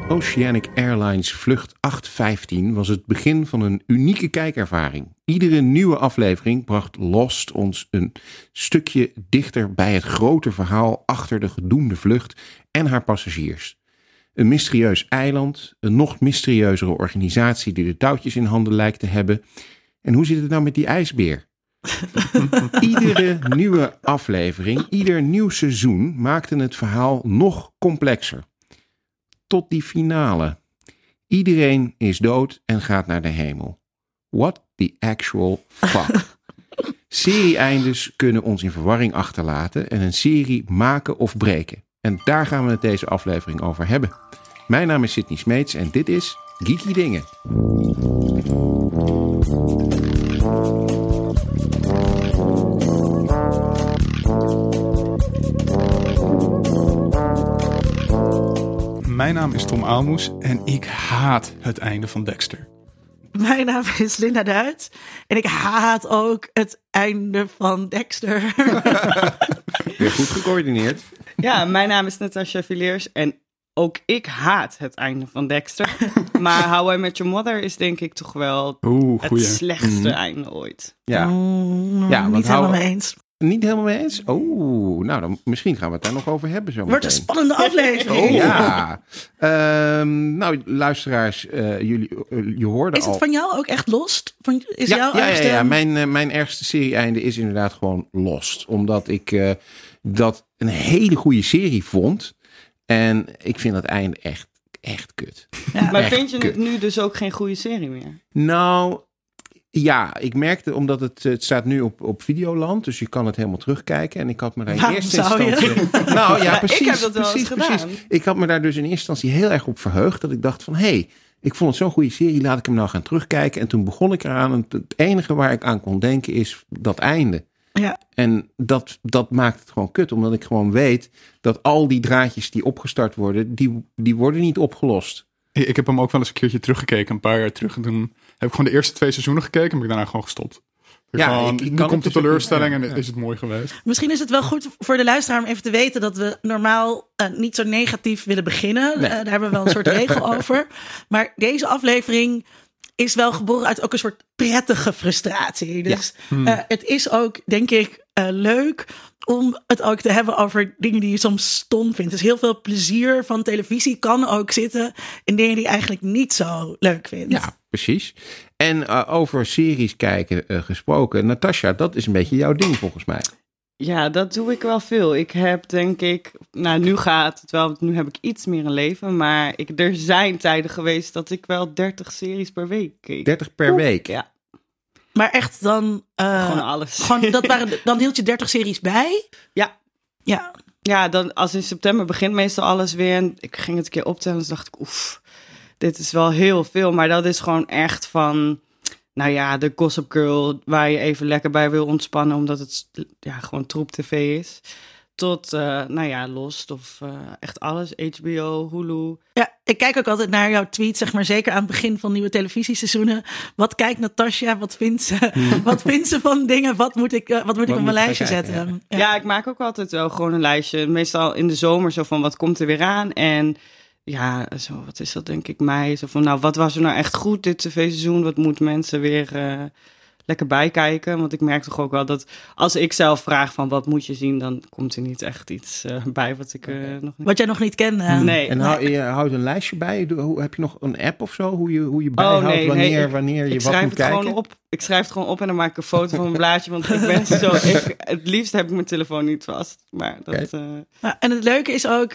Oceanic Airlines vlucht 815 was het begin van een unieke kijkervaring. Iedere nieuwe aflevering bracht Lost ons een stukje dichter bij het grote verhaal achter de gedoemde vlucht en haar passagiers. Een mysterieus eiland, een nog mysterieuzere organisatie die de touwtjes in handen lijkt te hebben. En hoe zit het nou met die ijsbeer? Iedere nieuwe aflevering, ieder nieuw seizoen maakte het verhaal nog complexer. Tot die finale. Iedereen is dood en gaat naar de hemel. What the actual fuck? Serie-eindes kunnen ons in verwarring achterlaten en een serie maken of breken. En daar gaan we het deze aflevering over hebben. Mijn naam is Sidney Smeets en dit is Geeky Dingen. Mijn naam is Tom Aalmoes en ik haat het einde van Dexter. Mijn naam is Linda Duit en ik haat ook het einde van Dexter. Weer goed gecoördineerd. Ja, mijn naam is Natasha Villiers en ook ik haat het einde van Dexter. Maar How I Met Your Mother is denk ik toch wel het slechtste einde ooit. Ja, Niet helemaal mee eens. Niet helemaal mee eens? Oh, nou dan misschien gaan we het daar nog over hebben zo meteen. Wordt een spannende aflevering. Oh ja. Nou, luisteraars, je hoorde al. Is het van jou ook echt Lost? Ja. Mijn ergste serie-einde is inderdaad gewoon Lost. Omdat ik dat een hele goede serie vond. En ik vind dat einde echt kut. Ja. Maar echt vind je kut. het nu dus ook geen goede serie meer? Nou, ja, ik merkte, omdat het staat nu op Videoland, dus je kan het helemaal terugkijken. En ik had me daar in eerste instantie. Nou ja, precies. Ik heb dat wel eens gedaan. Ik had me daar dus in eerste instantie heel erg op verheugd. Dat ik dacht van, ik vond het zo'n goede serie, laat ik hem nou gaan terugkijken. En toen begon ik eraan. En het enige waar ik aan kon denken is dat einde. Ja. En dat maakt het gewoon kut, omdat ik gewoon weet dat al die draadjes die opgestart worden, die worden niet opgelost. Ik heb hem ook wel eens een keertje teruggekeken, een paar jaar terug. En toen heb ik gewoon de eerste 2 seizoenen gekeken en ben ik daarna gewoon gestopt. Nu komt de teleurstelling en is het mooi geweest. Misschien is het wel goed voor de luisteraar om even te weten dat we normaal niet zo negatief willen beginnen. Nee. Daar hebben we wel een soort regel over. Maar deze aflevering is wel geboren uit ook een soort prettige frustratie. Dus het is ook, denk ik, leuk om het ook te hebben over dingen die je soms stom vindt. Dus heel veel plezier van televisie kan ook zitten in dingen die je eigenlijk niet zo leuk vindt. Ja, precies. En over series kijken gesproken. Natasha, dat is een beetje jouw ding volgens mij. Ja, dat doe ik wel veel. Ik heb denk ik, nu gaat het wel, want nu heb ik iets meer een leven. Maar er zijn tijden geweest dat ik wel 30 series per week keek. 30 per week? Ja. Maar echt dan... Gewoon alles. Dan hield je 30 series bij? Ja. Ja. Ja, dan, als in september begint meestal alles weer. En ik ging het een keer optellen en toen dacht ik, dit is wel heel veel. Maar dat is gewoon echt van, de Gossip Girl, waar je even lekker bij wil ontspannen, omdat het gewoon troep tv is. Tot, Lost of echt alles. HBO, Hulu. Ja, ik kijk ook altijd naar jouw tweet, zeg maar zeker aan het begin van nieuwe televisieseizoenen. Wat kijkt Natasha? Wat vindt ze? Wat vindt ze van dingen? Wat moet ik op mijn lijstje zetten? Ja, ik maak ook altijd wel gewoon een lijstje. Meestal in de zomer zo van, wat komt er weer aan? En ja, zo, wat is dat denk ik, mei? Zo van, wat was er nou echt goed dit tv-seizoen? Wat moeten mensen weer lekker bijkijken? Want ik merk toch ook wel dat als ik zelf vraag van wat moet je zien, dan komt er niet echt iets bij wat ik nog niet... Wat jij nog niet kende. Nee. En je houdt een lijstje bij? Heb je nog een app of zo? Hoe je bijhoudt wanneer je wat moet kijken? Gewoon op. Ik schrijf het gewoon op en dan maak ik een foto van mijn blaadje. Want ik ben zo... het liefst heb ik mijn telefoon niet vast. Maar dat... En het leuke is ook,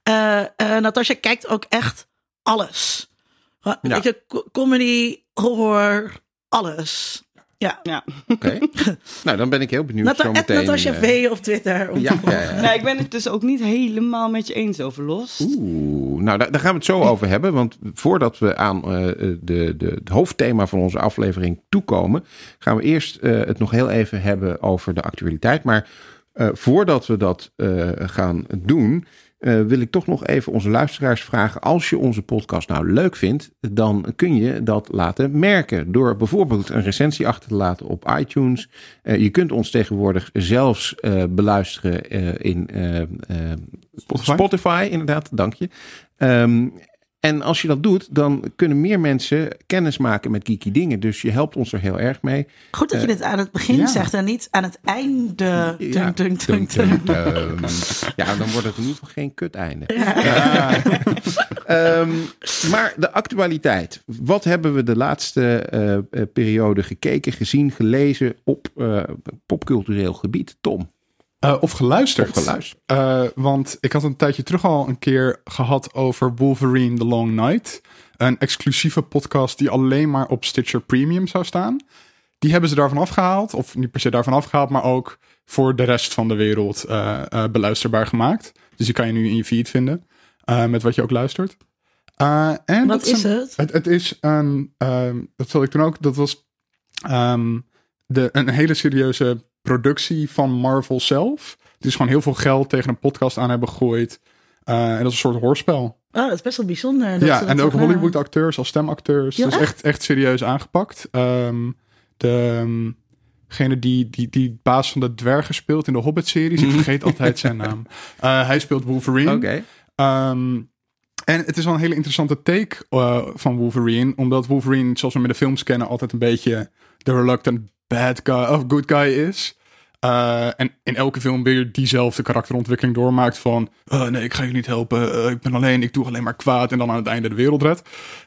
Natasha kijkt ook echt alles. Weet je, comedy, horror, alles. Ja. Oké. Nou, dan ben ik heel benieuwd zo meteen. Natasha V op Twitter. Nou, ik ben het dus ook niet helemaal met je eens over Lost. Nou, daar gaan we het zo over hebben. Want voordat we aan het hoofdthema van onze aflevering toekomen, gaan we eerst het nog heel even hebben over de actualiteit. Maar voordat we dat gaan doen, wil ik toch nog even onze luisteraars vragen. Als je onze podcast nou leuk vindt, dan kun je dat laten merken. Door bijvoorbeeld een recensie achter te laten op iTunes. Je kunt ons tegenwoordig zelfs beluisteren in Spotify, inderdaad, dank je. En als je dat doet, dan kunnen meer mensen kennis maken met geeky dingen. Dus je helpt ons er heel erg mee. Goed dat je dit aan het begin zegt en niet aan het einde. Ja, dan wordt het in ieder geval geen kuteinde. Ja. Maar de actualiteit. Wat hebben we de laatste periode gekeken, gezien, gelezen op popcultureel gebied? Tom? Of geluisterd. Want ik had een tijdje terug al een keer gehad over Wolverine The Long Night. Een exclusieve podcast die alleen maar op Stitcher Premium zou staan. Die hebben ze daarvan afgehaald. Of niet per se daarvan afgehaald, maar ook voor de rest van de wereld beluisterbaar gemaakt. Dus die kan je nu in je feed vinden. Met wat je ook luistert. En wat is het? Het is een... dat zal ik toen ook... Dat was een hele serieuze productie van Marvel zelf. Dus gewoon heel veel geld tegen een podcast aan hebben gegooid. En dat is een soort hoorspel. Oh, dat is best wel bijzonder. Ja, en ook Hollywood acteurs als stemacteurs. Ja, dat is echt serieus aangepakt. Degene die baas van de dwergen speelt in de Hobbit-series. Ik vergeet altijd zijn naam. Hij speelt Wolverine. Oké. En het is wel een hele interessante take van Wolverine. Omdat Wolverine, zoals we met de films kennen, altijd een beetje de reluctant bad guy of good guy is. En in elke film weer diezelfde karakterontwikkeling doormaakt van... nee, ik ga je niet helpen. Ik ben alleen, ik doe alleen maar kwaad. En dan aan het einde de wereld red.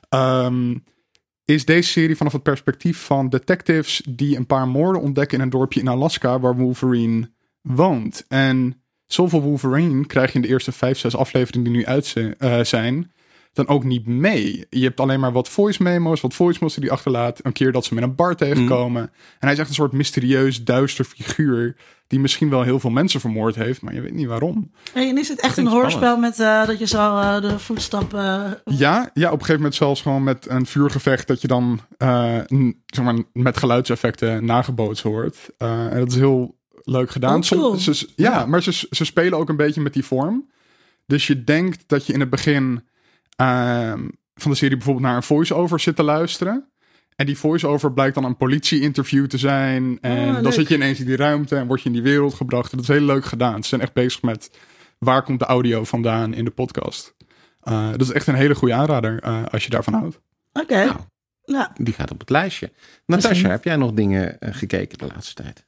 Is deze serie vanaf het perspectief van detectives die een paar moorden ontdekken in een dorpje in Alaska waar Wolverine woont. En zoveel Wolverine krijg je in de eerste 5-6 afleveringen die nu uit zijn... dan ook niet mee. Je hebt alleen maar wat voice memos die hij achterlaat. Een keer dat ze met een bar tegenkomen. En hij is echt een soort mysterieus, duister figuur... die misschien wel heel veel mensen vermoord heeft... maar je weet niet waarom. En is het echt een hoorspel met dat je zo de voetstappen... Ja, op een gegeven moment zelfs gewoon met een vuurgevecht... dat je dan zeg maar, met geluidseffecten nagebootst hoort. En dat is heel leuk gedaan. Cool. Maar ze spelen ook een beetje met die vorm. Dus je denkt dat je in het begin... van de serie bijvoorbeeld naar een voice-over zit te luisteren. En die voice-over blijkt dan een politie-interview te zijn. En dan zit je ineens in die ruimte en word je in die wereld gebracht. En dat is heel leuk gedaan. Ze zijn echt bezig met waar komt de audio vandaan in de podcast. Dat is echt een hele goede aanrader als je daarvan houdt. Oké. Nou, Ja. Die gaat op het lijstje. Natasja, heb jij nog dingen gekeken de laatste tijd?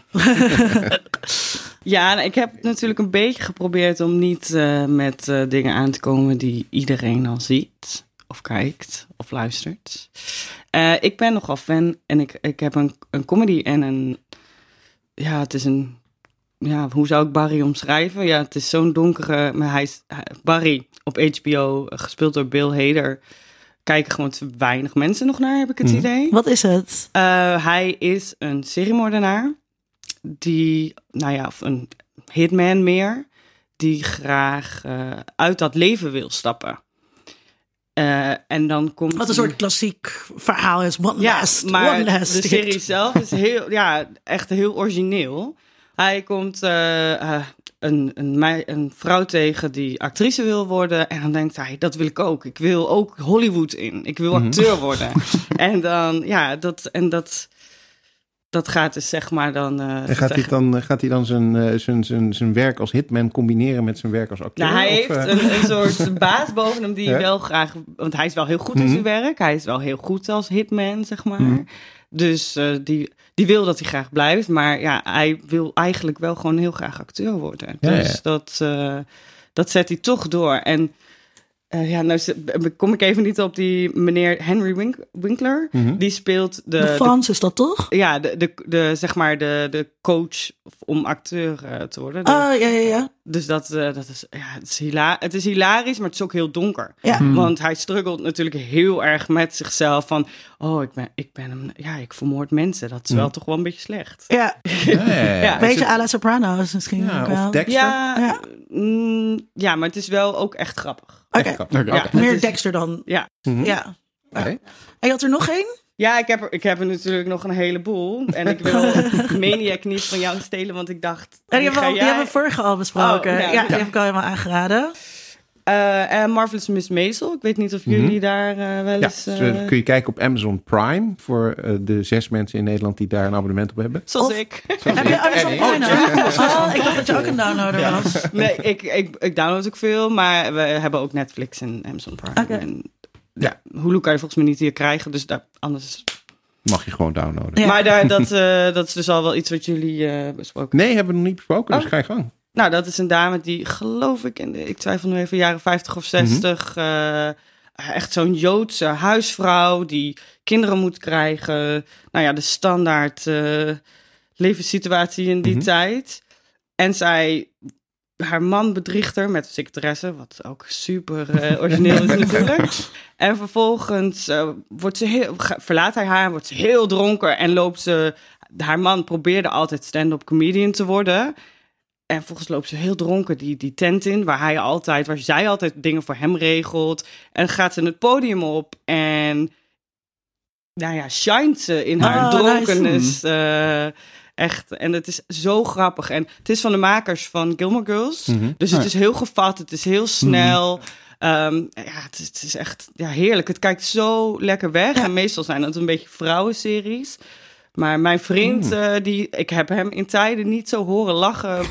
Ja, ik heb natuurlijk een beetje geprobeerd om niet met dingen aan te komen die iedereen al ziet. Of kijkt, of luistert. Ik ben nogal fan en ik heb een comedy en een... Ja, het is een... Ja, hoe zou ik Barry omschrijven? Ja, het is zo'n donkere... Maar Barry op HBO, gespeeld door Bill Hader... Kijken gewoon te weinig mensen nog naar, heb ik het idee. Wat is het? Hij is een seriemoordenaar. Die, of een hitman meer... die graag uit dat leven wil stappen. En dan komt... Wat een soort klassiek verhaal is. One last. De serie zelf is echt heel origineel. Hij komt een vrouw tegen die actrice wil worden. En dan denkt hij, dat wil ik ook. Ik wil ook Hollywood in. Ik wil acteur worden. En dan, dat gaat dus zeg maar dan... Gaat hij dan zijn werk als hitman combineren met zijn werk als acteur? Nou, hij heeft een soort baas boven hem die wel graag... Want hij is wel heel goed in zijn werk. Hij is wel heel goed als hitman, zeg maar. Dus die wil dat hij graag blijft. Maar ja, hij wil eigenlijk wel gewoon heel graag acteur worden. Dus dat zet hij toch door. En... nou kom ik even niet op die meneer Henry Winkler. Die speelt de Frans is dat toch? Ja, de coach om acteur te worden. Ja. Dus dat is, het is hilarisch, maar het is ook heel donker. Ja. Want hij struggelt natuurlijk heel erg met zichzelf van... ik vermoord mensen. Dat is wel toch wel een beetje slecht. Ja. Beetje à la Sopranos misschien ook wel. Of Dexter. Ja, maar het is wel ook echt grappig. Oké. Meer Dexter dan. Ja. Ja. En je had er nog één? Ja, ik heb er natuurlijk nog een heleboel. En ik wil Maniac niet van jou stelen, want ik dacht... Die hebben we vorige al besproken. Die heb ik al helemaal aangeraden. En Marvelous Miss Maisel. Ik weet niet of jullie daar wel eens... kun je kijken op Amazon Prime voor de 6 mensen in Nederland die daar een abonnement op hebben. Zoals ik. Heb je Amazon Prime? Ik dacht dat je ook een downloader was. Nee, ik download ook veel, maar we hebben ook Netflix en Amazon Prime. Okay. En, Hulu kan je volgens mij niet hier krijgen, dus anders... Mag je gewoon downloaden. Ja. Maar dat is dus al wel iets wat jullie besproken. Nee, hebben we nog niet besproken, dus ga je gang. Nou, dat is een dame die, geloof ik, ik twijfel nu even, jaren 50 of 60... echt zo'n Joodse huisvrouw die kinderen moet krijgen. Nou ja, de standaard levenssituatie in die tijd. En haar man bedriegt haar met een secretaresse, wat ook super origineel is natuurlijk. En vervolgens verlaat hij haar, wordt ze heel dronken en loopt ze... Haar man probeerde altijd stand-up comedian te worden... En vervolgens loopt ze heel dronken die tent in, waar zij altijd dingen voor hem regelt. En gaat ze het podium op en shined ze in haar dronkenis. Nice. Echt. En het is zo grappig. En het is van de makers van Gilmore Girls. Dus het is heel gevat, het is heel snel. Het is echt heerlijk. Het kijkt zo lekker weg. Ja. En meestal zijn het een beetje vrouwenseries. Maar mijn vriend, ik heb hem in tijden niet zo horen lachen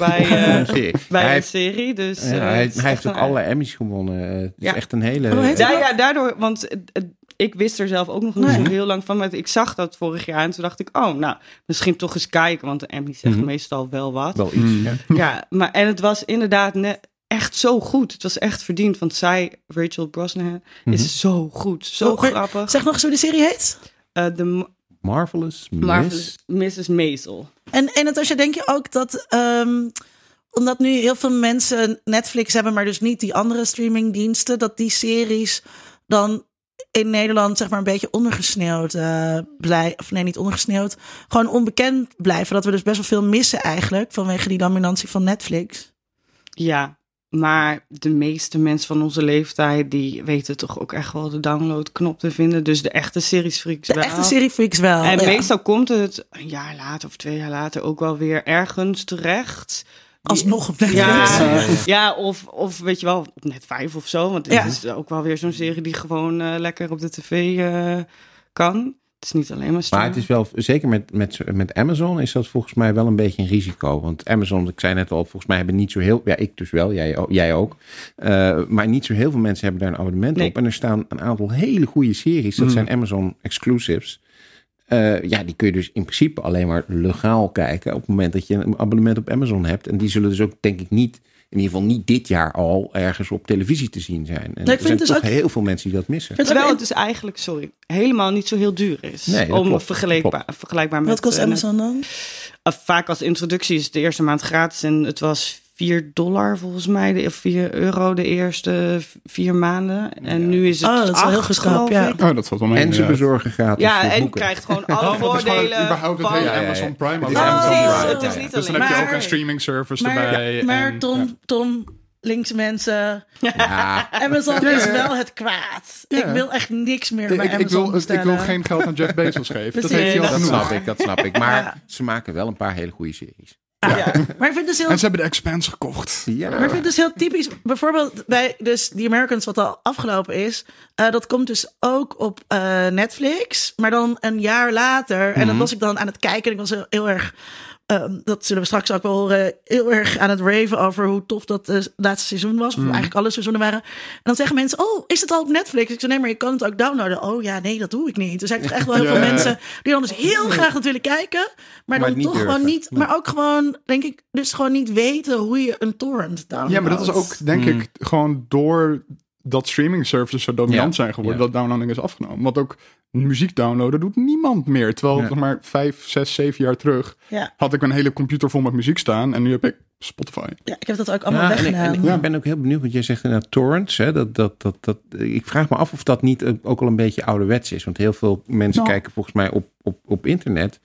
bij een serie. Dus, hij heeft ook alle Emmys gewonnen. Het is echt een hele... daardoor, want ik wist er zelf ook nog niet zo heel lang van. Maar ik zag dat vorig jaar en toen dacht ik, misschien toch eens kijken. Want de Emmy zegt meestal wel wat. Wel iets, en het was inderdaad echt zo goed. Het was echt verdiend, want Rachel Brosnahan, is zo goed. Zo grappig. Zeg nog eens hoe de serie heet. Marvelous Mrs. Maisel. En Natasja, denk je ook dat... omdat nu heel veel mensen Netflix hebben... maar dus niet die andere streamingdiensten... dat die series dan in Nederland zeg maar een beetje ondergesneeuwd blijven... of nee, niet ondergesneeuwd. Gewoon onbekend blijven. Dat we dus best wel veel missen eigenlijk... vanwege die dominantie van Netflix. Ja, maar de meeste mensen van onze leeftijd... die weten toch ook echt wel de downloadknop te vinden. Dus de echte seriefreaks wel. De echte seriefreaks wel. En meestal komt het een jaar later of 2 jaar later... ook wel weer ergens terecht. Alsnog op Netflix. Ja, of weet je wel, op Net 5 of zo. Want het is ook wel weer zo'n serie die gewoon lekker op de tv kan. Het is niet alleen maar streamen. Maar het is wel, zeker met Amazon is dat volgens mij wel een beetje een risico. Want Amazon, ik zei net al, volgens mij hebben niet zo heel... Ja, ik dus wel, jij ook. Maar niet zo heel veel mensen hebben daar een abonnement op. En er staan een aantal hele goede series. Dat zijn Amazon exclusives. Die kun je dus in principe alleen maar legaal kijken... op het moment dat je een abonnement op Amazon hebt. En die zullen dus ook, denk ik, niet... in ieder geval niet dit jaar al ergens op televisie te zien zijn. En er zijn dus toch heel veel mensen die dat missen. Terwijl het dus eigenlijk, helemaal niet zo heel duur is. Nee, om vergelijkbaar met... Wat kost Amazon dan? Vaak als introductie is het de eerste maand gratis. En het was $4 volgens mij, of €4 de eerste 4 maanden. En nu is het dat is wel heel goedkoop. Ja. Dat valt wel mee. En ze bezorgen gratis. Ja, en je krijgt gewoon alle voordelen. Überhaupt het hele Amazon Prime. Het is niet dus dan heb je ook een streaming service erbij. Maar Tom, linkse mensen. Ja. Amazon is wel het kwaad. Ja. Ik wil echt niks meer bij Amazon bestellen. Ik wil geen geld aan Jeff Bezos geven. Dat heeft hij al genoeg. Dat snap ik. Maar ze maken wel een paar hele goede series. Ja. Maar ik vind dus heel... En ze hebben de Expanse gekocht. Ja. Maar ik vind het dus heel typisch. Bijvoorbeeld bij dus The Americans, wat al afgelopen is. Dat komt dus ook op Netflix. Maar dan een jaar later. En dan was ik dan aan het kijken. En ik was heel erg... dat zullen we straks ook wel horen. Heel erg aan het raven over hoe tof dat laatste seizoen was. Of eigenlijk alle seizoenen waren. En dan zeggen mensen, is het al op Netflix? Ik zei, nee, maar je kan het ook downloaden. Oh ja, nee, dat doe ik niet. Er zijn toch echt wel heel veel mensen die dan dus heel graag natuurlijk kijken. Maar dan toch gewoon niet. Maar ook gewoon, denk ik, dus gewoon niet weten hoe je een torrent downloadt. Ja, maar dat is ook, denk ik, gewoon door dat streaming services zo dominant zijn geworden, dat downloading is afgenomen. Want ook muziek downloaden doet niemand meer. Terwijl nog maar 5, 6, 7 jaar terug had ik een hele computer vol met muziek staan en nu heb ik Spotify. Ja, ik heb dat ook allemaal weggedaan. Ik ben ook heel benieuwd, want jij zegt inderdaad torrents. Hè, ik vraag me af of dat niet ook al een beetje ouderwets is. Want heel veel mensen kijken volgens mij op internet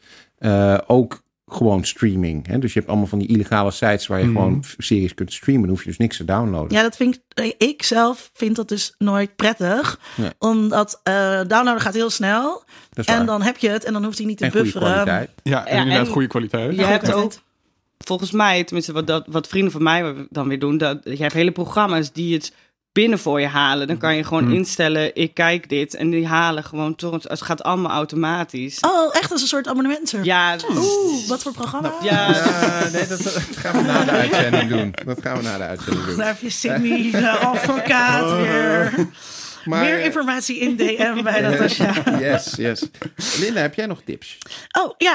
ook gewoon streaming. Hè? Dus je hebt allemaal van die illegale sites waar je gewoon series kunt streamen. Dan hoef je dus niks te downloaden. Ja, dat vind ik zelf vind dat dus nooit prettig. Nee. Omdat downloaden gaat heel snel. En dan heb je het en dan hoeft hij niet te bufferen. Ja, en inderdaad goede kwaliteit. Je hebt ook, volgens mij, tenminste wat vrienden van mij dan weer doen. Je hebt hele programma's die het binnen voor je halen. Dan kan je gewoon instellen, ik kijk dit. En die halen gewoon torrents. Het gaat allemaal automatisch. Oh, echt als een soort abonnementservice? Ja. Wat voor programma? Nee, dat gaan we na de uitzending doen. Daar heb je Sydney, de advocaat weer. Maar, meer informatie in DM bij Natasja. Yes. Linda, heb jij nog tips? Oh ja,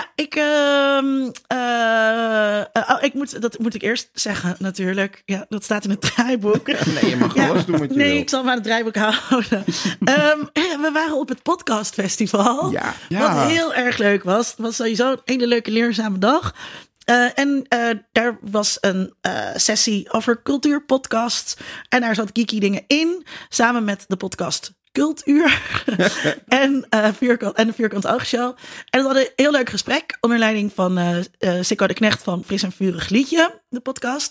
dat moet ik eerst zeggen natuurlijk. Ja, dat staat in het draaiboek. Nee, je mag alles doen wat je wil. Nee, ik zal me aan het draaiboek houden. We waren op het podcastfestival. Ja. Wat heel erg leuk was. Het was sowieso een hele leuke leerzame dag. Daar was een sessie over cultuurpodcasts. En daar zat Geeky Dingen in. Samen met de podcast Cultuur. en de Vierkant Oogshow. En we hadden een heel leuk gesprek. Onder leiding van Sikko de Knecht van Fris en Vurig Liedje. De podcast.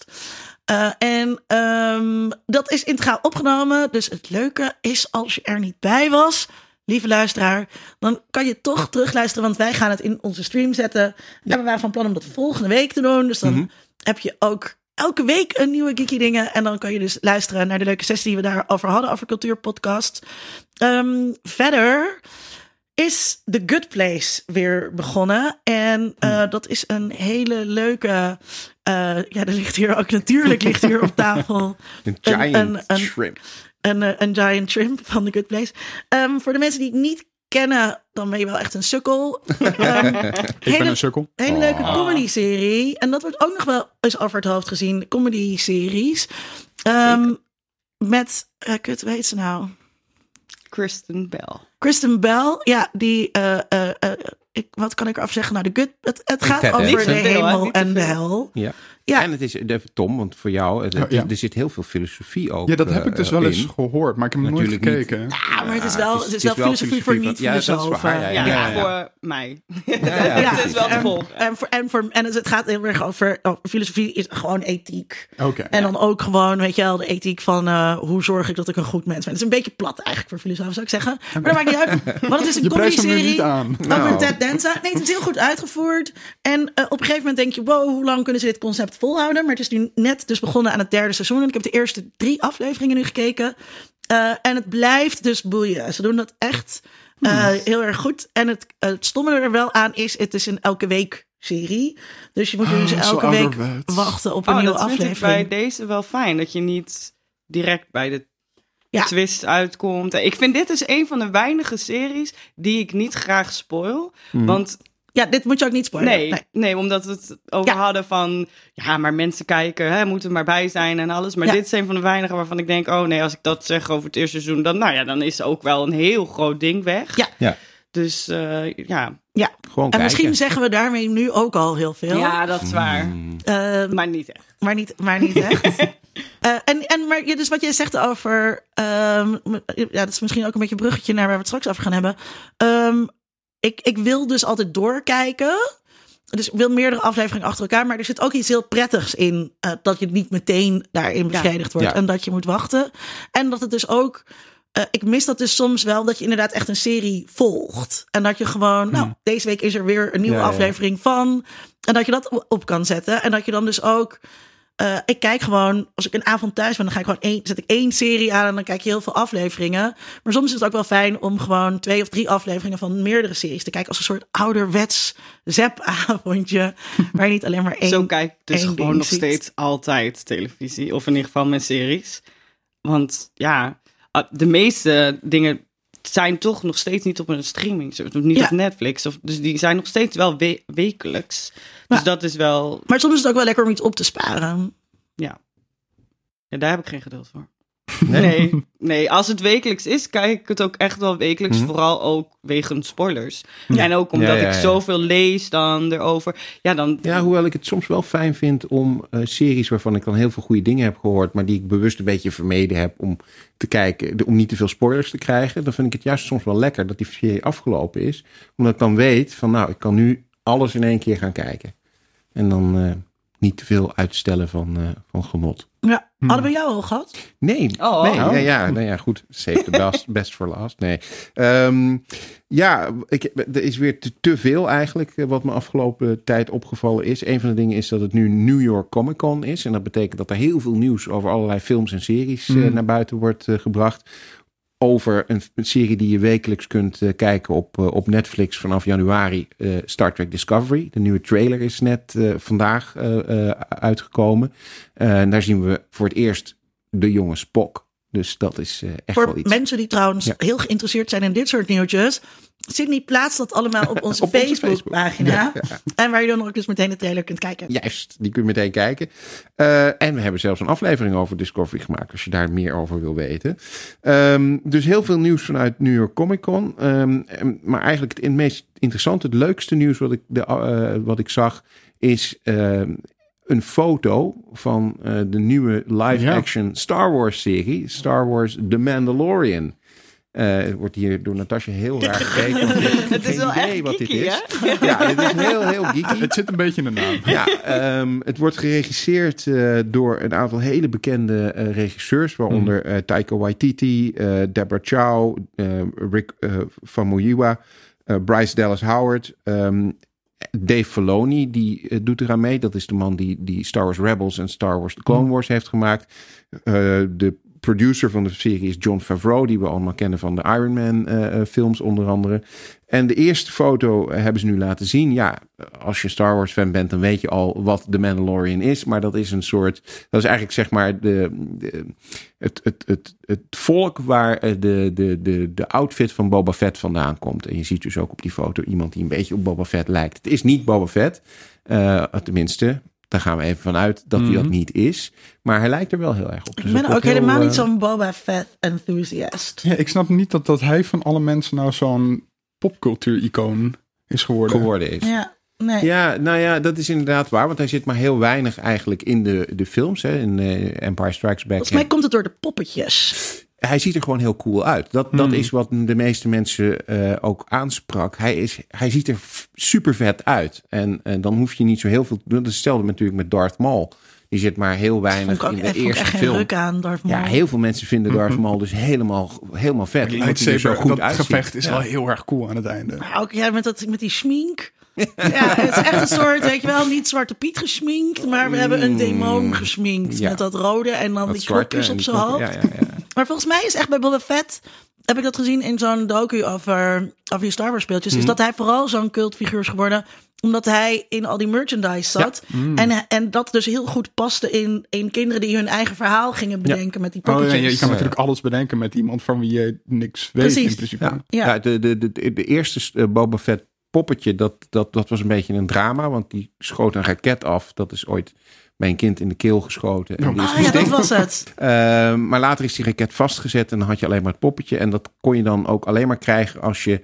Dat is integraal opgenomen. Dus het leuke is, als je er niet bij was, lieve luisteraar, dan kan je toch terugluisteren, want wij gaan het in onze stream zetten. Ja. En we waren van plan om dat volgende week te doen. Dus dan heb je ook elke week een nieuwe Geeky Dingen. En dan kan je dus luisteren naar de leuke sessie die we daarover hadden, over cultuurpodcast. Verder is The Good Place weer begonnen. En dat is een hele leuke... er ligt hier ook natuurlijk op tafel een giant shrimp. Een giant shrimp van The Good Place. Voor de mensen die het niet kennen, dan ben je wel echt een sukkel. Ik ben een sukkel. Hele leuke comedy-serie. En dat wordt ook nog wel eens over het hoofd gezien. Comedy-series. Met, weet ze nou? Kristen Bell. Ja, die... wat kan ik erover zeggen? Nou, het gaat over de hemel en de hel. Ja. Ja. En het is, Tom, want voor jou, er zit heel veel filosofie ook. Ja, dat heb ik dus wel eens gehoord, maar ik heb hem nooit gekeken. Ja, maar het is wel filosofie voor niet-filosofen. Ja, voor mij. Het is wel te volgen. En het gaat heel erg over, filosofie is gewoon ethiek. Okay. En dan ook gewoon, weet je wel, de ethiek van hoe zorg ik dat ik een goed mens ben. Het is een beetje plat eigenlijk voor filosofen, zou ik zeggen. Maar dat maakt niet uit. Want het is een comedy-serie. Over Ted Danson. Nee, het is heel goed uitgevoerd. En op een gegeven moment denk je, wow, hoe lang kunnen ze dit concept volhouden? Maar het is nu net dus begonnen aan het 3e seizoen. En ik heb de eerste 3 afleveringen nu gekeken. En het blijft dus boeien. Ze doen dat echt heel erg goed. En het stomme er wel aan is, het is een elke week serie. Dus je moet dus elke week wachten op een nieuwe aflevering. Dat vind ik bij deze wel fijn. Dat je niet direct bij de twist uitkomt. Ik vind dit is een van de weinige series die ik niet graag spoil. Want ja, dit moet je ook niet spoilen. Nee, omdat we het over hadden van... Ja, maar mensen kijken, moeten er maar bij zijn en alles. Maar dit is een van de weinigen waarvan ik denk... Oh nee, als ik dat zeg over het eerste seizoen... Dan is ook wel een heel groot ding weg. Ja. Dus Ja, gewoon en misschien zeggen we daarmee nu ook al heel veel. Ja, dat is waar. Maar niet echt. Maar niet echt. Maar dus wat jij zegt over... dat is misschien ook een beetje een bruggetje naar waar we het straks over gaan hebben. Ik wil dus altijd doorkijken. Dus ik wil meerdere afleveringen achter elkaar. Maar er zit ook iets heel prettigs in. Dat je niet meteen daarin bevredigd wordt. Ja. En dat je moet wachten. En dat het dus ook... ik mis dat dus soms wel. Dat je inderdaad echt een serie volgt. En dat je gewoon... deze week is er weer een nieuwe aflevering van. En dat je dat op kan zetten. En dat je dan dus ook... ik kijk gewoon, als ik een avond thuis ben, dan ga ik gewoon zet ik 1 serie aan en dan kijk je heel veel afleveringen. Maar soms is het ook wel fijn om gewoon 2 of 3 afleveringen van meerdere series te kijken als een soort ouderwets zap-avondje, waar je niet alleen maar 1. Zo kijk ik dus gewoon nog steeds altijd televisie, of in ieder geval mijn series. Want ja, de meeste dingen zijn toch nog steeds niet op een streaming, niet op Netflix. Dus die zijn nog steeds wel wekelijks. Dus dat is wel... Maar soms is het ook wel lekker om iets op te sparen. Ja, daar heb ik geen geduld voor. Nee, als het wekelijks is, kijk ik het ook echt wel wekelijks. Vooral ook wegens spoilers. Ja. En ook omdat ik zoveel lees dan erover. Ja, hoewel ik het soms wel fijn vind om series waarvan ik dan heel veel goede dingen heb gehoord, maar die ik bewust een beetje vermeden heb om te kijken, om niet te veel spoilers te krijgen. Dan vind ik het juist soms wel lekker dat die serie afgelopen is. Omdat ik dan weet van, ik kan nu alles in één keer gaan kijken. En dan niet te veel uitstellen van genot. Ja, hadden we jou al gehad? Nee. Oh. Nou ja, goed. Save the best for last. Nee. Er is weer te veel eigenlijk wat me afgelopen tijd opgevallen is. Een van de dingen is dat het nu New York Comic Con is. En dat betekent dat er heel veel nieuws over allerlei films en series naar buiten wordt gebracht. Over een serie die je wekelijks kunt kijken op Netflix vanaf januari. Star Trek Discovery. De nieuwe trailer is net vandaag uitgekomen. En daar zien we voor het eerst de jonge Spock. Dus dat is echt voor wel iets. Voor mensen die trouwens heel geïnteresseerd zijn in dit soort nieuwtjes. Sydney plaatst dat allemaal op onze Facebookpagina. Ja. En waar je dan ook dus meteen de trailer kunt kijken. Juist, die kun je meteen kijken. En we hebben zelfs een aflevering over Discovery gemaakt. Als je daar meer over wil weten. Dus heel veel nieuws vanuit New York Comic Con. Maar eigenlijk het meest interessante, het leukste nieuws wat ik zag. Is een foto van de nieuwe live-action Star Wars serie. Star Wars The Mandalorian. Wordt hier door Natasja heel raar gekeken. Het is wel echt wat geeky, dit is. Hè? Ja, het is heel geeky. Het zit een beetje in de naam. Ja, het wordt geregisseerd door een aantal hele bekende regisseurs. Waaronder Taika Waititi, Deborah Chow, Rick Famuyiwa, Bryce Dallas Howard. Dave Filoni, die doet eraan mee. Dat is de man die Star Wars Rebels en Star Wars The Clone Wars heeft gemaakt. De producer van de serie is Jon Favreau, die we allemaal kennen van de Iron Man films onder andere. En de eerste foto hebben ze nu laten zien. Ja, als je Star Wars fan bent, dan weet je al wat The Mandalorian is. Maar dat is een soort, dat is eigenlijk zeg maar het volk waar de outfit van Boba Fett vandaan komt. En je ziet dus ook op die foto iemand die een beetje op Boba Fett lijkt. Het is niet Boba Fett, tenminste. Daar gaan we even vanuit dat hij dat niet is. Maar hij lijkt er wel heel erg op. Dus ik ben ook helemaal niet zo'n Boba Fett enthusiast. Ja, ik snap niet dat hij van alle mensen nou zo'n popcultuur-icoon is geworden. Is. Ja, nee. Ja, nou ja, dat is inderdaad waar. Want hij zit maar heel weinig eigenlijk in de films. Hè, in Empire Strikes Back. Volgens mij komt het door de poppetjes. Hij ziet er gewoon heel cool uit. Dat is wat de meeste mensen ook aansprak. Hij ziet er super vet uit. En dan hoef je niet zo heel veel te doen. Dat is hetzelfde natuurlijk met Darth Maul. Die zit maar heel weinig in de eerste echt film. Geen ruk aan Darth Maul. Ja, heel veel mensen vinden Darth Maul dus helemaal vet. Die dat gevecht is wel heel erg cool aan het einde. Maar ook met die schmink. Ja, het is echt een soort, weet je wel, niet Zwarte Piet geschminkt, maar we hebben een demon geschminkt met dat rode en dan die knopjes op zijn hoofd. Ja. Maar volgens mij is echt bij Boba Fett, heb ik dat gezien in zo'n docu over die Star Wars speeltjes, is dat hij vooral zo'n cultfiguur is geworden, omdat hij in al die merchandise zat. Ja. En dat dus heel goed paste in kinderen die hun eigen verhaal gingen bedenken met die poppetjes. Je kan natuurlijk alles bedenken met iemand van wie je niks weet in principe. Ja, de eerste Boba Fett poppetje, dat was een beetje een drama, want die schoot een raket af. Dat is ooit bij een kind in de keel geschoten. En dat was het. Maar later is die raket vastgezet en dan had je alleen maar het poppetje. En dat kon je dan ook alleen maar krijgen als je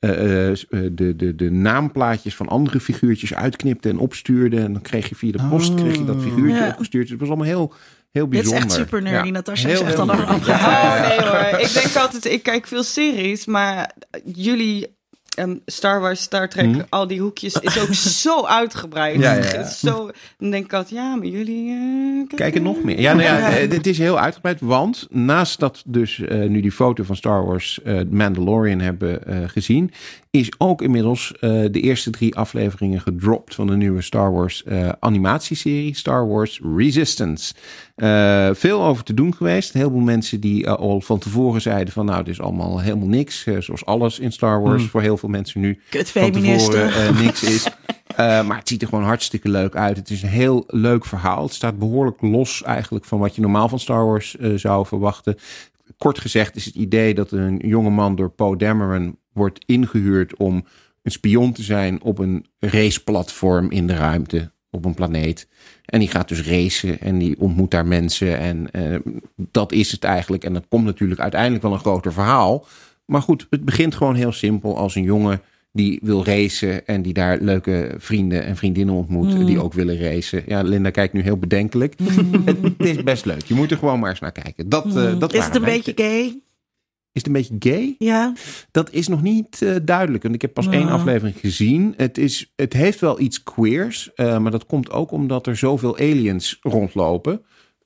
de naamplaatjes van andere figuurtjes uitknipte en opstuurde. En dan kreeg je via de post dat figuurtje opgestuurd. Het was allemaal heel bijzonder. Dit is echt super nerdy. Natasja is echt al lang nee hoor. Ik denk altijd, ik kijk veel series, maar jullie Star Wars, Star Trek, al die hoekjes is ook zo uitgebreid. Ja. Zo, dan denk ik altijd, maar jullie kijken nog meer. Ja, het is heel uitgebreid, want naast dat dus nu die foto van Star Wars Mandalorian hebben gezien, is ook inmiddels de eerste 3 afleveringen gedropt van de nieuwe Star Wars animatieserie Star Wars Resistance. Veel over te doen geweest. Heel veel mensen die al van tevoren zeiden van dit is allemaal helemaal niks. Zoals alles in Star Wars voor heel veel mensen nu van tevoren niks is. Maar het ziet er gewoon hartstikke leuk uit. Het is een heel leuk verhaal. Het staat behoorlijk los eigenlijk van wat je normaal van Star Wars zou verwachten. Kort gezegd is het idee dat een jongeman door Poe Dameron wordt ingehuurd om een spion te zijn op een raceplatform in de ruimte op een planeet. En die gaat dus racen en die ontmoet daar mensen. En dat is het eigenlijk. En dat komt natuurlijk uiteindelijk wel een groter verhaal. Maar goed, het begint gewoon heel simpel als een jongen die wil racen en die daar leuke vrienden en vriendinnen ontmoet die ook willen racen. Ja, Linda kijkt nu heel bedenkelijk. Het is best leuk. Je moet er gewoon maar eens naar kijken. Dat is het een beetje gay? Is het een beetje gay? Ja. Dat is nog niet duidelijk. Want ik heb pas 1 aflevering gezien. Het heeft wel iets queers. Maar dat komt ook omdat er zoveel aliens rondlopen.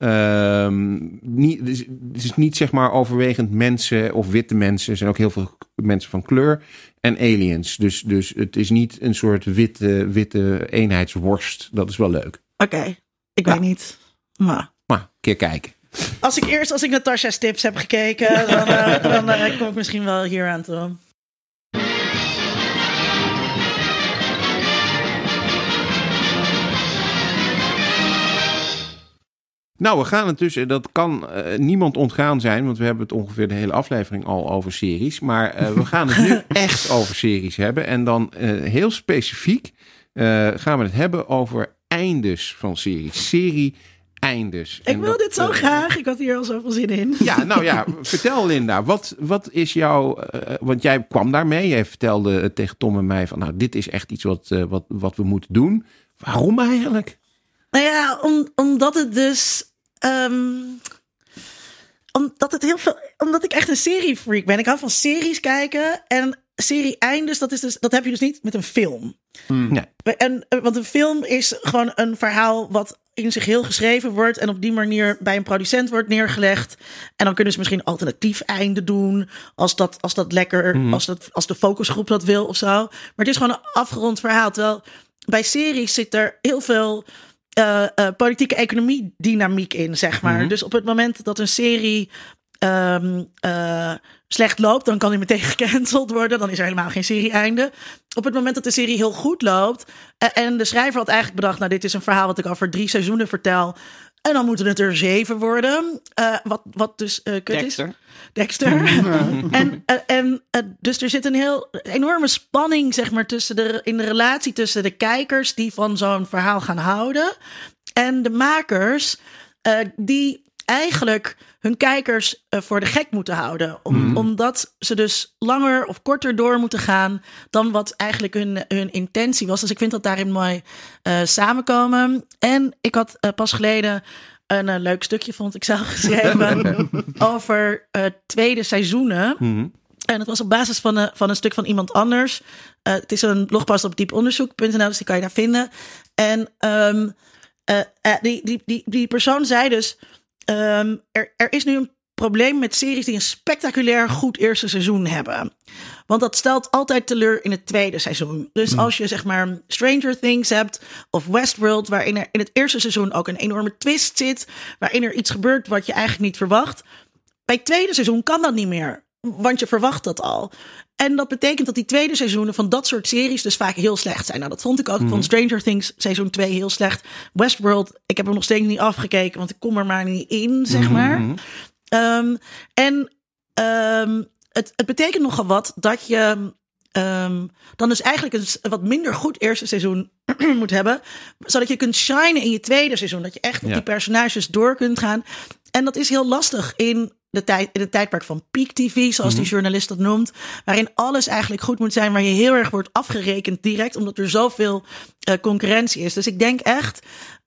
Het is niet zeg maar overwegend mensen of witte mensen. Er zijn ook heel veel mensen van kleur. En aliens. Dus het is niet een soort witte eenheidsworst. Dat is wel leuk. Oké. Ik weet niet. Maar een keer kijken. als ik Natasha's tips heb gekeken, dan kom ik misschien wel hier aan toe. Nou, we gaan het dus, dat kan niemand ontgaan zijn, want we hebben het ongeveer de hele aflevering al over series. Maar we gaan het nu echt over series hebben. En dan heel specifiek gaan we het hebben over eindes van series. Serie-eindes. Ik wil dit zo graag. Ik had hier al zoveel zin in. Ja, nou ja, vertel Linda, wat is jouw... want jij kwam daarmee, jij vertelde tegen Tom en mij van... nou, dit is echt iets wat we moeten doen. Waarom eigenlijk? Nou ja, omdat het dus... omdat ik echt een seriefreak ben. Ik hou van series kijken. En serie-eindes, dat heb je dus niet met een film. Nee. Want een film is gewoon een verhaal wat in zich heel geschreven wordt en op die manier bij een producent wordt neergelegd. En dan kunnen ze misschien een alternatief einde doen als dat lekker, als de focusgroep dat wil of zo. Maar het is gewoon een afgerond verhaal. Terwijl bij series zit er heel veel politieke economie dynamiek in, zeg maar. Dus op het moment dat een serie slecht loopt, dan kan hij meteen gecanceld worden. Dan is er helemaal geen serie-einde. Op het moment dat de serie heel goed loopt en de schrijver had eigenlijk bedacht, nou, dit is een verhaal wat ik over 3 seizoenen vertel en dan moeten het er 7 worden. Wat dus kut is. Dexter. Dus er zit een heel enorme spanning, zeg maar, in de relatie tussen de kijkers die van zo'n verhaal gaan houden en de makers die eigenlijk hun kijkers voor de gek moeten houden. Omdat ze dus langer of korter door moeten gaan dan wat eigenlijk hun intentie was. Dus ik vind dat daarin mooi samenkomen. En ik had pas geleden een leuk stukje, vond ik zelf, geschreven over tweede seizoenen. En het was op basis van een stuk van iemand anders. Het is een blogpost op dieponderzoek.nl, dus die kan je daar vinden. En die persoon zei dus, er is nu een probleem met series die een spectaculair goed eerste seizoen hebben. Want dat stelt altijd teleur in het tweede seizoen. Dus als je zeg maar Stranger Things hebt of Westworld, waarin er in het eerste seizoen ook een enorme twist zit, waarin er iets gebeurt wat je eigenlijk niet verwacht. Bij het tweede seizoen kan dat niet meer, want je verwacht dat al. En dat betekent dat die tweede seizoenen van dat soort series dus vaak heel slecht zijn. Nou, dat vond ik ook van Stranger Things seizoen 2 heel slecht. Westworld, ik heb hem nog steeds niet afgekeken, want ik kom er maar niet in, zeg maar. Het betekent nogal wat dat je dan dus eigenlijk een wat minder goed eerste seizoen moet hebben, zodat je kunt shinen in je tweede seizoen. Dat je echt op die personages door kunt gaan. En dat is heel lastig in het tijdperk van peak TV, zoals die journalist dat noemt, waarin alles eigenlijk goed moet zijn, waar je heel erg wordt afgerekend direct, omdat er zoveel concurrentie is. Dus ik denk echt,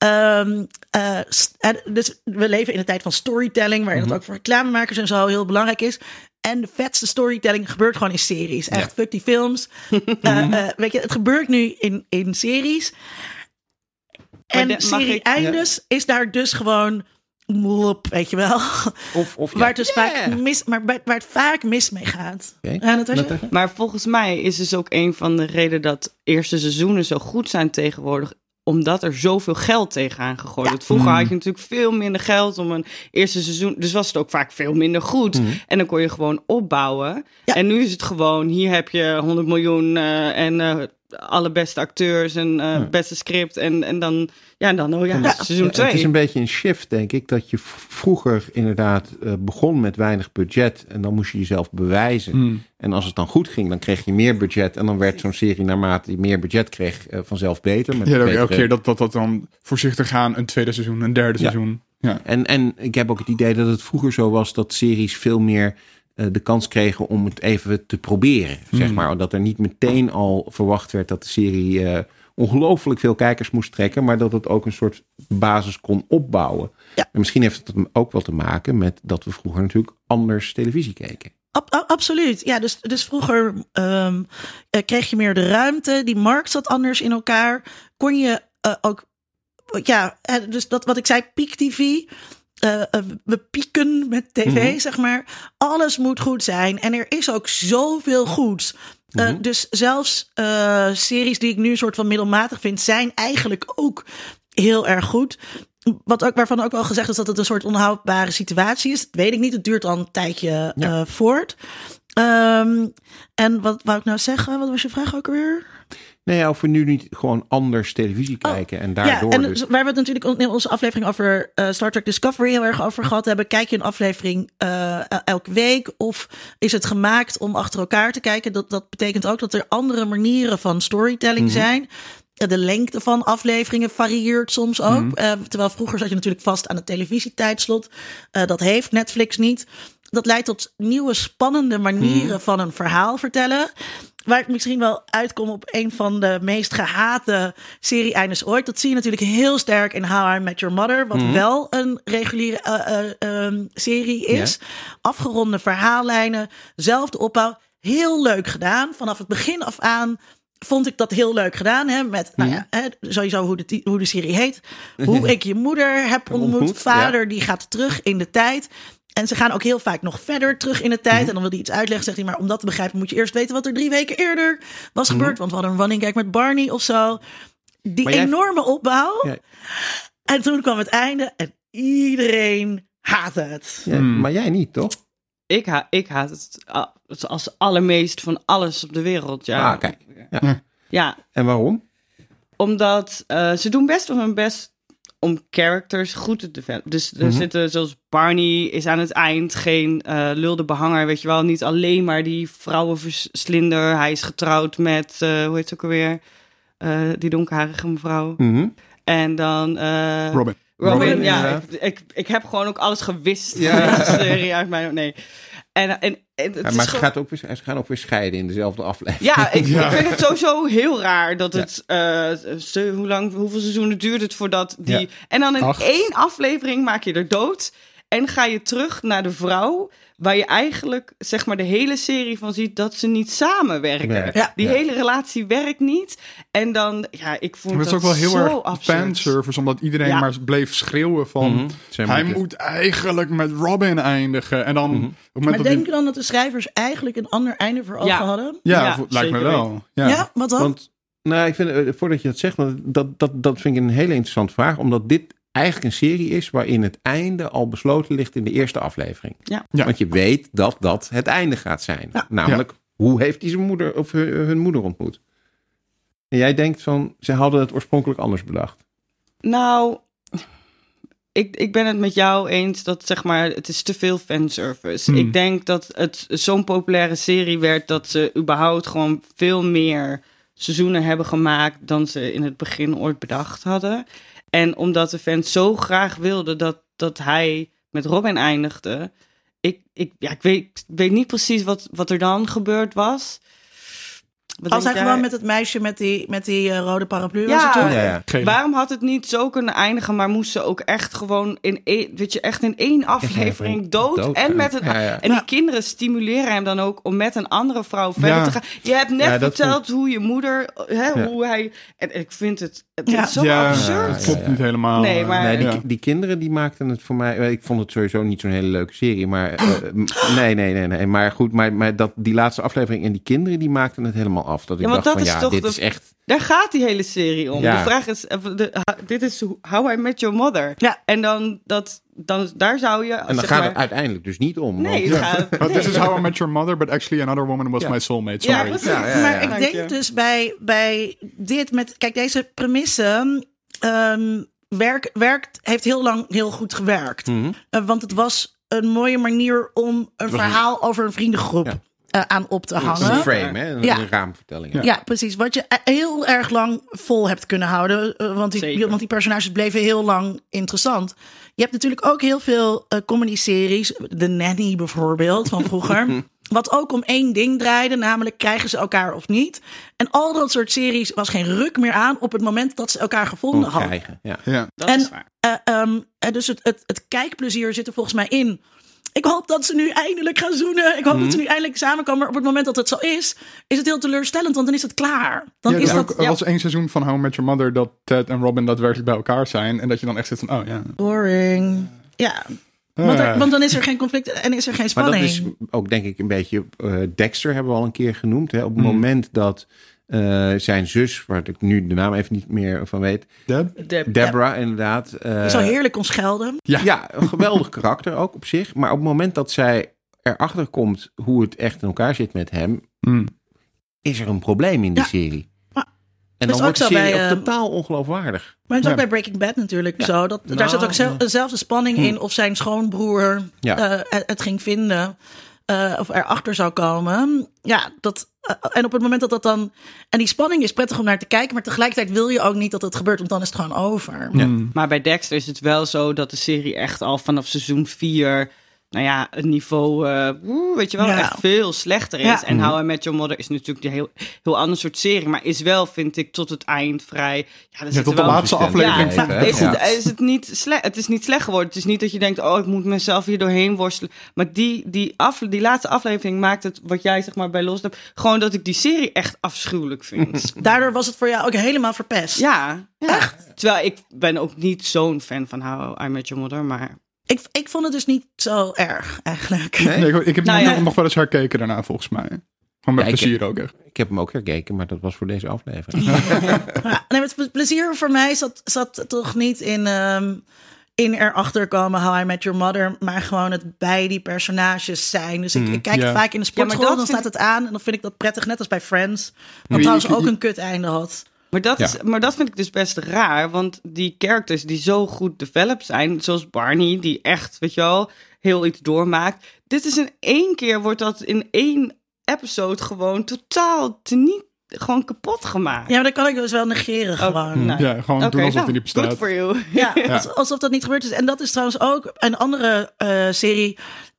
dus we leven in een tijd van storytelling, waarin dat ook voor reclamemakers en zo heel belangrijk is. En de vetste storytelling gebeurt gewoon in series. Echt, fuck die films. Weet je, het gebeurt nu in series. En serie-eindes is daar dus gewoon weet je wel. Of waar het dus vaak waar het vaak mis mee gaat. Okay. Maar volgens mij is dus ook een van de redenen dat eerste seizoenen zo goed zijn tegenwoordig, omdat er zoveel geld tegenaan gegooid wordt. Vroeger had je natuurlijk veel minder geld om een eerste seizoen, dus was het ook vaak veel minder goed. En dan kon je gewoon opbouwen. Ja. En nu is het gewoon, hier heb je 100 miljoen en alle beste acteurs en beste script en dan seizoen 2. Het is een beetje een shift, denk ik, dat je vroeger inderdaad begon met weinig budget en dan moest je jezelf bewijzen. En als het dan goed ging, dan kreeg je meer budget en dan werd zo'n serie naarmate je meer budget kreeg vanzelf beter. Met elke keer dat dan voorzichtig gaan, een tweede seizoen, een derde seizoen. Ja. En ik heb ook het idee dat het vroeger zo was dat series veel meer de kans kregen om het even te proberen, zeg maar. Dat er niet meteen al verwacht werd dat de serie ongelooflijk veel kijkers moest trekken, maar dat het ook een soort basis kon opbouwen. Ja. En misschien heeft het ook wel te maken met dat we vroeger natuurlijk anders televisie keken. Absoluut. Ja, dus vroeger kreeg je meer de ruimte. Die markt zat anders in elkaar. Kon je ook... Ja, dus dat wat ik zei, Peak TV. We pieken met tv, zeg maar. Alles moet goed zijn. En er is ook zoveel goeds. Dus zelfs series die ik nu een soort van middelmatig vind... zijn eigenlijk ook heel erg goed. Waarvan ook wel gezegd is dat het een soort onhoudbare situatie is. Dat weet ik niet. Het duurt al een tijdje voort. En wat wou ik nou zeggen? Wat was je vraag ook weer? Nee, of we nu niet gewoon anders televisie kijken en daardoor... Ja, en waar we het natuurlijk in onze aflevering over Star Trek Discovery heel erg over gehad hebben. Kijk je een aflevering elke week of is het gemaakt om achter elkaar te kijken? Dat betekent ook dat er andere manieren van storytelling zijn. De lengte van afleveringen varieert soms ook. Terwijl vroeger zat je natuurlijk vast aan het televisietijdslot. Dat heeft Netflix niet. Dat leidt tot nieuwe spannende manieren van een verhaal vertellen. Waar ik misschien wel uitkom op een van de meest gehate serie-eindes ooit. Dat zie je natuurlijk heel sterk in How I Met Your Mother. Wat wel een reguliere serie is. Yeah. Afgeronde verhaallijnen. Zelfde opbouw. Heel leuk gedaan. Vanaf het begin af aan vond ik dat heel leuk gedaan. Hè? Met sowieso hoe de serie heet. Hoe ik je moeder heb ontmoet. Vader die gaat terug in de tijd. En ze gaan ook heel vaak nog verder terug in de tijd. En dan wil hij iets uitleggen. Zegt hij, maar om dat te begrijpen moet je eerst weten wat er 3 weken eerder was gebeurd. Want we hadden een running gag met Barney of zo. Die enorme opbauw. Ja. En toen kwam het einde. En iedereen haatte het. Ja, maar jij niet, toch? Ik haat het als allermeest van alles op de wereld. Ja. Ah, kijk. Ja. En waarom? Omdat ze doen best wel hun best om characters goed te developen. Dus er zitten, zoals Barney is aan het eind geen lulde behanger, weet je wel. Niet alleen maar die vrouwenverslinder. Hij is getrouwd met, hoe heet ze ook alweer? Die donkerharige mevrouw. En dan... Robin, ja. Ik heb gewoon ook alles gewist van deze serie uit mijn... Nee. Maar ze gaan ook weer scheiden in dezelfde aflevering. Ja, ik vind het sowieso heel raar dat het... hoeveel seizoenen duurt het voordat die... Ja. En dan in 8 aflevering maak je er dood... En ga je terug naar de vrouw... waar je eigenlijk, zeg maar, de hele serie van ziet... dat ze niet samenwerken. Ja. Die hele relatie werkt niet. En dan, ik vond maar dat het is ook wel heel erg absurd. fanservice... omdat iedereen maar bleef schreeuwen van... hij moet eigenlijk met Robin eindigen. En dan... Maar denk je dan dat de schrijvers eigenlijk een ander einde voor ogen hadden? Ja, lijkt me wel. Ja, wat dan? Want, ik vind, voordat je dat zegt... dat vind ik een hele interessante vraag... omdat dit eigenlijk een serie is waarin het einde al besloten ligt in de eerste aflevering. Ja. Want je weet dat het einde gaat zijn. Ja. Namelijk, hoe heeft hij zijn moeder of hun moeder ontmoet? En jij denkt van, ze hadden het oorspronkelijk anders bedacht. Nou, ik ben het met jou eens dat, zeg maar, het is te veel fanservice. Ik denk dat het zo'n populaire serie werd dat ze überhaupt gewoon veel meer seizoenen hebben gemaakt dan ze in het begin ooit bedacht hadden. En omdat de fans zo graag wilden dat hij met Robin eindigde. Ik weet niet precies wat er dan gebeurd was. Als hij gewoon met het meisje met die rode paraplu was het toch? Ja. Waarom had het niet zo kunnen eindigen, maar moest ze ook echt gewoon in één aflevering dood. En en die kinderen stimuleren hem dan ook om met een andere vrouw verder te gaan. Je hebt net verteld hoe je moeder, hoe hij... En ik vind het is zo absurd. Het klopt niet helemaal. Nee, maar... die kinderen die maakten het voor mij... Ik vond het sowieso niet zo'n hele leuke serie, maar... nee. Maar goed, maar die laatste aflevering en die kinderen die maakten het helemaal af. Dat ik dacht van, dit is echt... Daar gaat die hele serie om. Ja. De vraag is, dit is How I Met Your Mother. Ja. En dan daar zou je... En dan gaat het uiteindelijk dus niet om. Nee, This is How I Met Your Mother, but actually another woman was my soulmate. Sorry. Ja, precies. Maar ik denk dus bij dit met... Kijk, deze premisse heeft heel lang heel goed gewerkt. Want het was een mooie manier om een verhaal over een vriendengroep... aan op te hangen. Een frame, hè? Een raamvertelling. Ja, precies. Wat je heel erg lang vol hebt kunnen houden. Want die personages bleven heel lang interessant. Je hebt natuurlijk ook heel veel comedy-series. The Nanny bijvoorbeeld, van vroeger. Wat ook om één ding draaide. Namelijk, krijgen ze elkaar of niet? En al dat soort series was geen ruk meer aan... op het moment dat ze elkaar gevonden hadden. Ja, dat is waar. Dus het kijkplezier zit er volgens mij in... ik hoop dat ze nu eindelijk gaan zoenen. Ik hoop dat ze nu eindelijk samenkomen. Maar op het moment dat het zo is het heel teleurstellend, want dan is het klaar. Dan is dat... Er was 1 seizoen van How I Met Your Mother dat Ted en Robin daadwerkelijk bij elkaar zijn. En dat je dan echt zit van, boring. Ja. Want dan is er geen conflict en is er geen spanning. Maar dat is ook denk ik een beetje... Dexter hebben we al een keer genoemd. Hè? Op het moment dat zijn zus, waar ik nu de naam even niet meer van weet... Deborah, inderdaad. Die zo heerlijk kon schelden. Ja, een geweldig karakter ook op zich. Maar op het moment dat zij erachter komt hoe het echt in elkaar zit met hem... is er een probleem in die serie. En dan wordt de serie ook totaal ongeloofwaardig. Maar het is ook bij Breaking Bad natuurlijk zo. Daar zit ook dezelfde spanning in of zijn schoonbroer het ging vinden. Of erachter zou komen. Ja, en op het moment dat dan... En die spanning is prettig om naar te kijken. Maar tegelijkertijd wil je ook niet dat het gebeurt. Want dan is het gewoon over. Ja. Maar bij Dexter is het wel zo dat de serie echt al vanaf seizoen 4... nou ja, het niveau, weet je wel, echt veel slechter is. Ja. En How I Met Your Mother is natuurlijk een heel ander soort serie. Maar is wel, vind ik, tot het eind vrij... Ja, tot de laatste aflevering. Het is niet slecht geworden. Het is niet dat je denkt, ik moet mezelf hier doorheen worstelen. Maar die laatste aflevering maakt het, wat jij zeg maar bij Lost hebt... gewoon dat ik die serie echt afschuwelijk vind. Daardoor was het voor jou ook helemaal verpest. Ja. Echt? Terwijl ik ben ook niet zo'n fan van How I Met Your Mother, maar... Ik vond het dus niet zo erg, eigenlijk. Nee, ik heb nog wel eens herkeken daarna, volgens mij. Gewoon met plezier ook echt. Ik heb hem ook herkeken, maar dat was voor deze aflevering. Met plezier voor mij zat toch niet in erachter komen How I Met Your Mother, maar gewoon het bij die personages zijn. Dus ik kijk vaak in de sportschool, dan staat het aan en dan vind ik dat prettig, net als bij Friends. Wat trouwens ook een kut einde had. Maar dat vind ik dus best raar, want die characters die zo goed developed zijn, zoals Barney, die echt, weet je wel, heel iets doormaakt. Dit is in 1 keer, wordt dat in 1 episode gewoon totaal gewoon kapot gemaakt. Ja, maar dat kan ik dus wel negeren gewoon. Ja, gewoon doen alsof het niet bestaat. Good for you. Ja, alsof dat niet gebeurd is. En dat is trouwens ook een andere serie,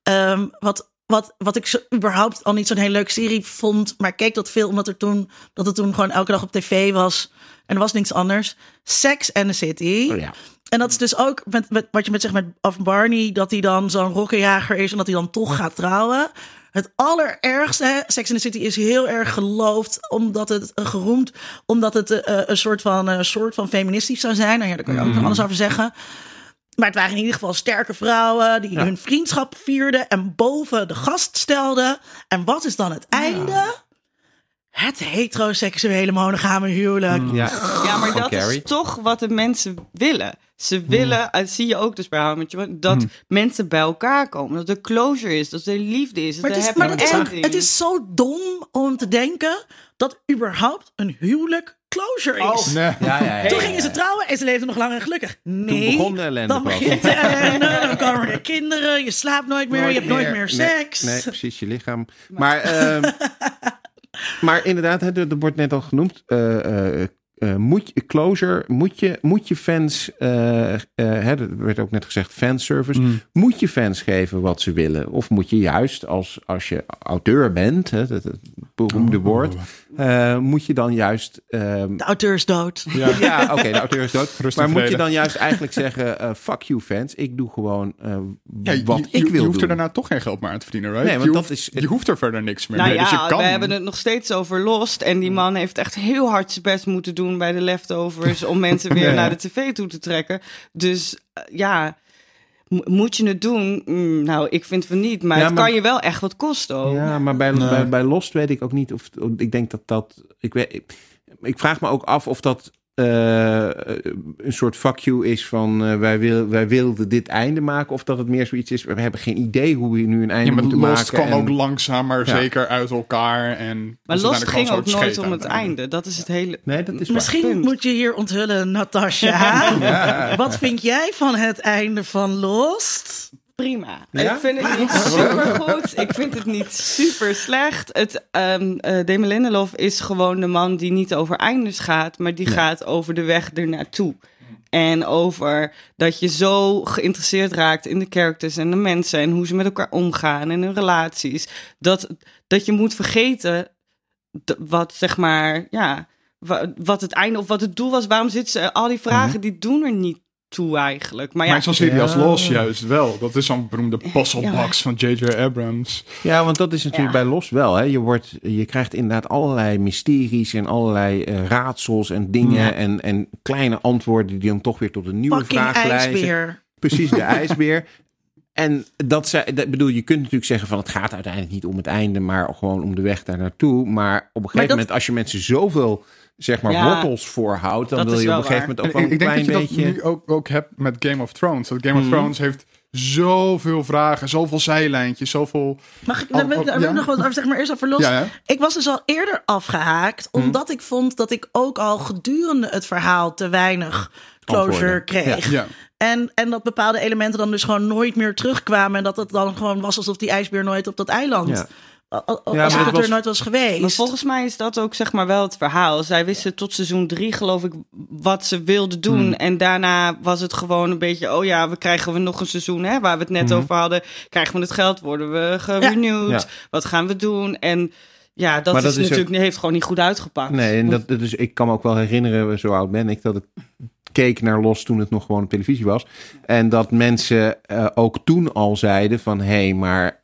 wat ik überhaupt al niet zo'n hele leuke serie vond, maar ik keek dat veel omdat het toen gewoon elke dag op tv was en er was niks anders. Sex and the City. Oh ja. En dat is dus ook met wat je zegt met Barney, dat hij dan zo'n rokkenjager is en dat hij dan toch gaat trouwen. Het allerergste, Sex and the City is heel erg geloofd, omdat het geroemd, omdat het een soort van feministisch zou zijn. Nou ja, daar kan je ook nog alles over zeggen. Maar het waren in ieder geval sterke vrouwen die hun vriendschap vierden en boven de gast stelden. En wat is dan het einde? Het heteroseksuele monogame huwelijk. Ja, maar dat is toch wat de mensen willen. Ze willen, dat zie je ook dus bij How I Met Your Mother, dat mensen bij elkaar komen. Dat er closure is, dat er liefde is. Het is zo dom om te denken dat überhaupt een huwelijk closure is. Toen gingen ze trouwen en ze leefden nog lang en gelukkig. Nee, toen begon de ellende. Dan begint de ellende, dan komen er kinderen, je slaapt nooit meer, je hebt nooit meer seks. Nee, precies, je lichaam. Maar inderdaad, er wordt net al genoemd, moet je fans, er werd ook net gezegd fanservice, moet je fans geven wat ze willen? Of moet je juist, als je auteur bent, het beroemde woord, moet je dan juist... de auteur is dood. Ja, oké, de auteur is dood. Maar moet je dan juist eigenlijk zeggen, fuck you fans, ik doe gewoon wat ik wil doen. Je hoeft er daarna toch geen geld meer aan te verdienen, right? Nee, want je hoeft er verder niks meer mee. Dus je kan... we hebben het nog steeds over Lost en die man heeft echt heel hard zijn best moeten doen bij de leftovers om mensen weer naar de tv toe te trekken. Dus moet je het doen? Nou, ik vind van niet, maar het kan je wel echt wat kosten ook. Ja, maar bij Lost weet ik ook niet of ik denk dat ik vraag me ook af of dat een soort fuck you is van wij wilden dit einde maken, of dat het meer zoiets is, we hebben geen idee hoe we nu een einde moeten maken. Lost kwam ook langzamer zeker uit elkaar. Maar Lost ging ook nooit om het einde. Dat is het hele... Nee, dat is misschien moet je hier onthullen, Natasja. Wat vind jij van het einde van Lost? Prima. Ja? Ik vind het niet super goed. Ik vind het niet super slecht. Damon Lindelof is gewoon de man die niet over eindes gaat, maar die gaat over de weg ernaartoe. En over dat je zo geïnteresseerd raakt in de characters en de mensen en hoe ze met elkaar omgaan en hun relaties. Dat je moet vergeten wat, zeg maar, wat het einde of wat het doel was. Waarom zitten ze? Al die vragen die doen er niet toe eigenlijk. Maar Maar ja, zo'n serie als Ja. Lost juist wel. Dat is zo'n beroemde puzzelbox van J.J. Abrams. Ja, want dat is natuurlijk Ja. bij Lost wel. Hè. Je krijgt inderdaad allerlei mysteries en allerlei raadsels en dingen en kleine antwoorden die dan toch weer tot een nieuwe Fucking vraag leiden. ijsbeer. Precies, de ijsbeer. En bedoel, je kunt natuurlijk zeggen van het gaat uiteindelijk niet om het einde, maar gewoon om de weg daar naartoe. Maar op een gegeven moment, als je mensen zoveel, zeg maar, Ja, wortels voorhoudt, dan dat wil is je op wel een gegeven waar. moment ook wel En een ik denk klein dat je beetje... dat nu ook hebt met Game of Thrones. Dat Game of Thrones heeft zoveel vragen, zoveel zijlijntjes, zoveel... Mag ik daar wil ik nog wat over zeggen, maar eerst over Lost. Ja, hè? Ik was dus al eerder afgehaakt, omdat ik vond dat ik ook al gedurende het verhaal te weinig closure Antwoorden. kreeg. Ja. En dat bepaalde elementen dan dus gewoon nooit meer terugkwamen. En dat het dan gewoon was alsof die ijsbeer nooit op dat eiland... Ja. Alsof maar het dat was- er nooit was geweest. maar volgens mij is dat ook zeg maar wel het verhaal. Zij wisten tot seizoen 3 geloof ik wat ze wilden doen. En daarna was het gewoon een beetje... oh ja, krijgen we nog een seizoen, hè, waar we het net over hadden. Krijgen we het geld? Worden we gerenewed? Ja. Wat gaan we doen? En ja, dat Maar is dat is natuurlijk heeft gewoon niet goed uitgepakt. Nee, en dus ik kan me ook wel herinneren, zo oud ben ik, dat ik keek naar Lost toen het nog gewoon op televisie was. En dat mensen ook toen al zeiden van... hé, maar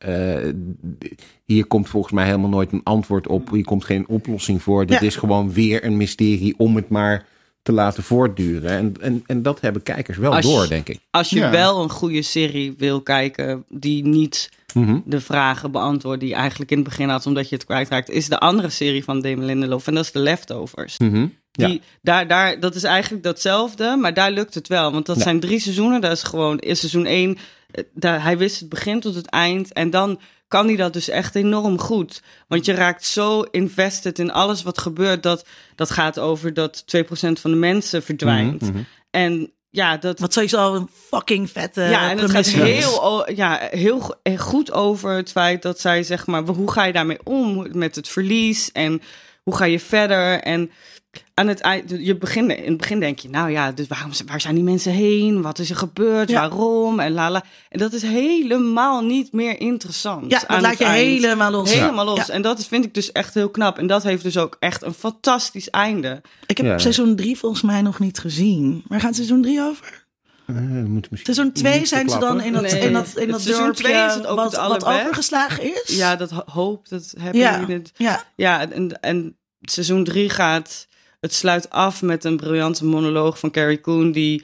hier komt volgens mij helemaal nooit een antwoord op. Hier komt geen oplossing voor. Dit Ja. is gewoon weer een mysterie om het maar te laten voortduren. En dat hebben kijkers wel door, denk ik. Als je Ja. wel een goede serie wil kijken die niet de vragen beantwoordt die je eigenlijk in het begin had, omdat je het kwijtraakt, is de andere serie van Damon Lindelof en dat is The Leftovers. Mhm. Ja. Die, dat is eigenlijk datzelfde, maar daar lukt het wel. Want dat zijn 3 seizoenen. Dat is gewoon in seizoen 1. Hij wist het begin tot het eind. En dan kan hij dat dus echt enorm goed. Want je raakt zo invested in alles wat gebeurt. Dat gaat over dat 2% van de mensen verdwijnt. En ja, dat... Wat sowieso al een fucking vette Ja, en het gaat premisse is. heel goed over het feit dat zij, zeg maar, hoe ga je daarmee om met het verlies en hoe ga je verder? En aan het eind, in het begin denk je, nou ja, dus waar zijn die mensen heen? Wat is er gebeurd? Ja. Waarom? En lala. En dat is helemaal niet meer interessant. Ja, dat aan laat het je eind. helemaal los. Helemaal los. Ja. En dat vind ik dus echt heel knap. En dat heeft dus ook echt een fantastisch einde. Ik heb Ja. seizoen 3 volgens mij nog niet gezien. Waar gaat seizoen 3 over? We moeten misschien Seizoen 2 niet zijn ze dan verklappen. in dat Het seizoen dorpje 2 is het ook wat het allerbest. overgeslagen is? Ja, dat hoop, dat heb je ja. in het... ja. Ja, en seizoen 3 gaat... Het sluit af met een briljante monoloog van Carrie Coon... die,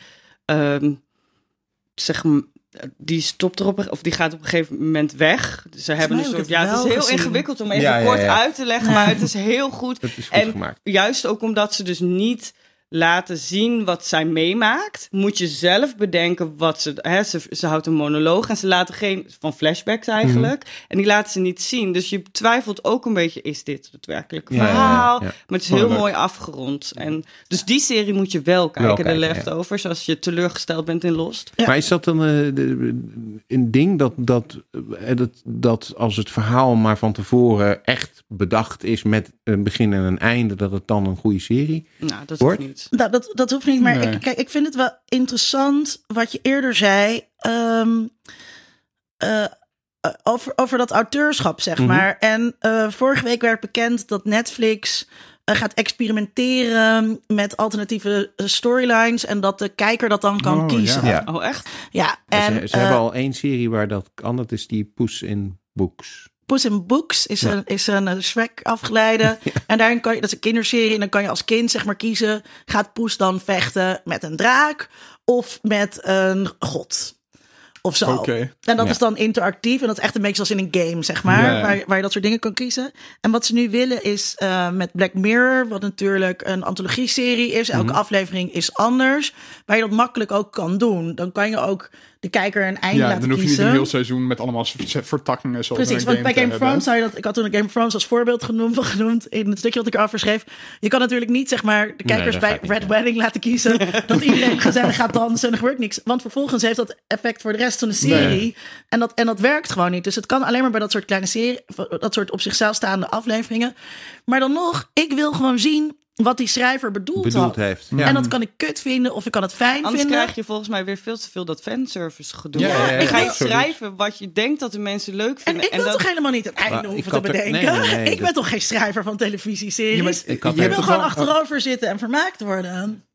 die stopt erop... of die gaat op een gegeven moment weg. Ze hebben een mij heb soort... ik het Ja, het is wel heel gezien. ingewikkeld om even Ja, kort ja. uit te leggen... maar het is heel goed. Het is goed En gemaakt. juist ook omdat ze dus niet laten zien wat zij meemaakt... moet je zelf bedenken wat ze... Hè, ze houdt een monoloog en ze laten geen... van flashbacks eigenlijk. En die laten ze niet zien. Dus je twijfelt ook een beetje... is dit het werkelijke Ja, ja, ja, verhaal? ja. Maar het is heel leuk. mooi afgerond. En, dus die serie moet je wel kijken. kijken, de ja. Leftovers. Als je teleurgesteld bent in Lost. Ja. Maar is dat dan een ding dat als het verhaal maar van tevoren echt bedacht is met een begin en een einde, dat het dan een goede serie Nou, dat Hoort? hoeft niet. Nou, dat hoeft niet, maar Nee. ik vind het wel interessant wat je eerder zei over dat auteurschap, zeg maar. En vorige week werd bekend dat Netflix gaat experimenteren met alternatieve storylines en dat de kijker dat dan kan Oh, kiezen. ja. Oh, echt? Ja, En, en ze hebben al 1 serie waar dat kan. Dat is die Puss in Books. Puss in Books is een Shrek afgeleide. En daarin kan je, dat is een kinderserie. En dan kan je als kind zeg maar kiezen. Gaat Poes dan vechten met een draak of met een god? Of zo. Oké. En dat Ja. is dan interactief. En dat is echt een beetje zoals in een game, zeg maar. Ja, ja. Waar je dat soort dingen kan kiezen. En wat ze nu willen is met Black Mirror, wat natuurlijk een antologie-serie is. Elke aflevering is anders. Waar je dat makkelijk ook kan doen. Dan kan je ook de kijker een einde Ja, laten dan hoef je kiezen. niet een heel seizoen met allemaal vertakkingen. Zoals Precies, in een want bij te Game of hebben. Thrones zou je dat... Ik had toen Game of Thrones als voorbeeld genoemd in het stukje wat ik erover schreef. Je kan natuurlijk niet, zeg maar, de kijkers dat bij gaat niet, Red ja. Wedding laten kiezen. Dat iedereen gezellig gaat dansen en er gebeurt niks. Want vervolgens heeft dat effect voor de rest van de serie. Nee. En dat werkt gewoon niet. Dus het kan alleen maar bij dat soort kleine serie, dat soort op zichzelf staande afleveringen. Maar dan nog, ik wil gewoon zien wat die schrijver bedoeld had. heeft. Ja. En dat kan ik kut vinden of ik kan het fijn Anders vinden. krijg je volgens mij weer veel te veel dat fanservice gedoe. Ja, ja, ja, Dan ga je absoluut. schrijven wat je denkt dat de mensen leuk En vinden. ik wil dat... toch helemaal niet het Maar einde ik hoeven te had er- bedenken. nee, Ik ben dat- toch geen schrijver van televisieseries. Ja, maar ik ik had wil er- gewoon achterover zitten en vermaakt worden.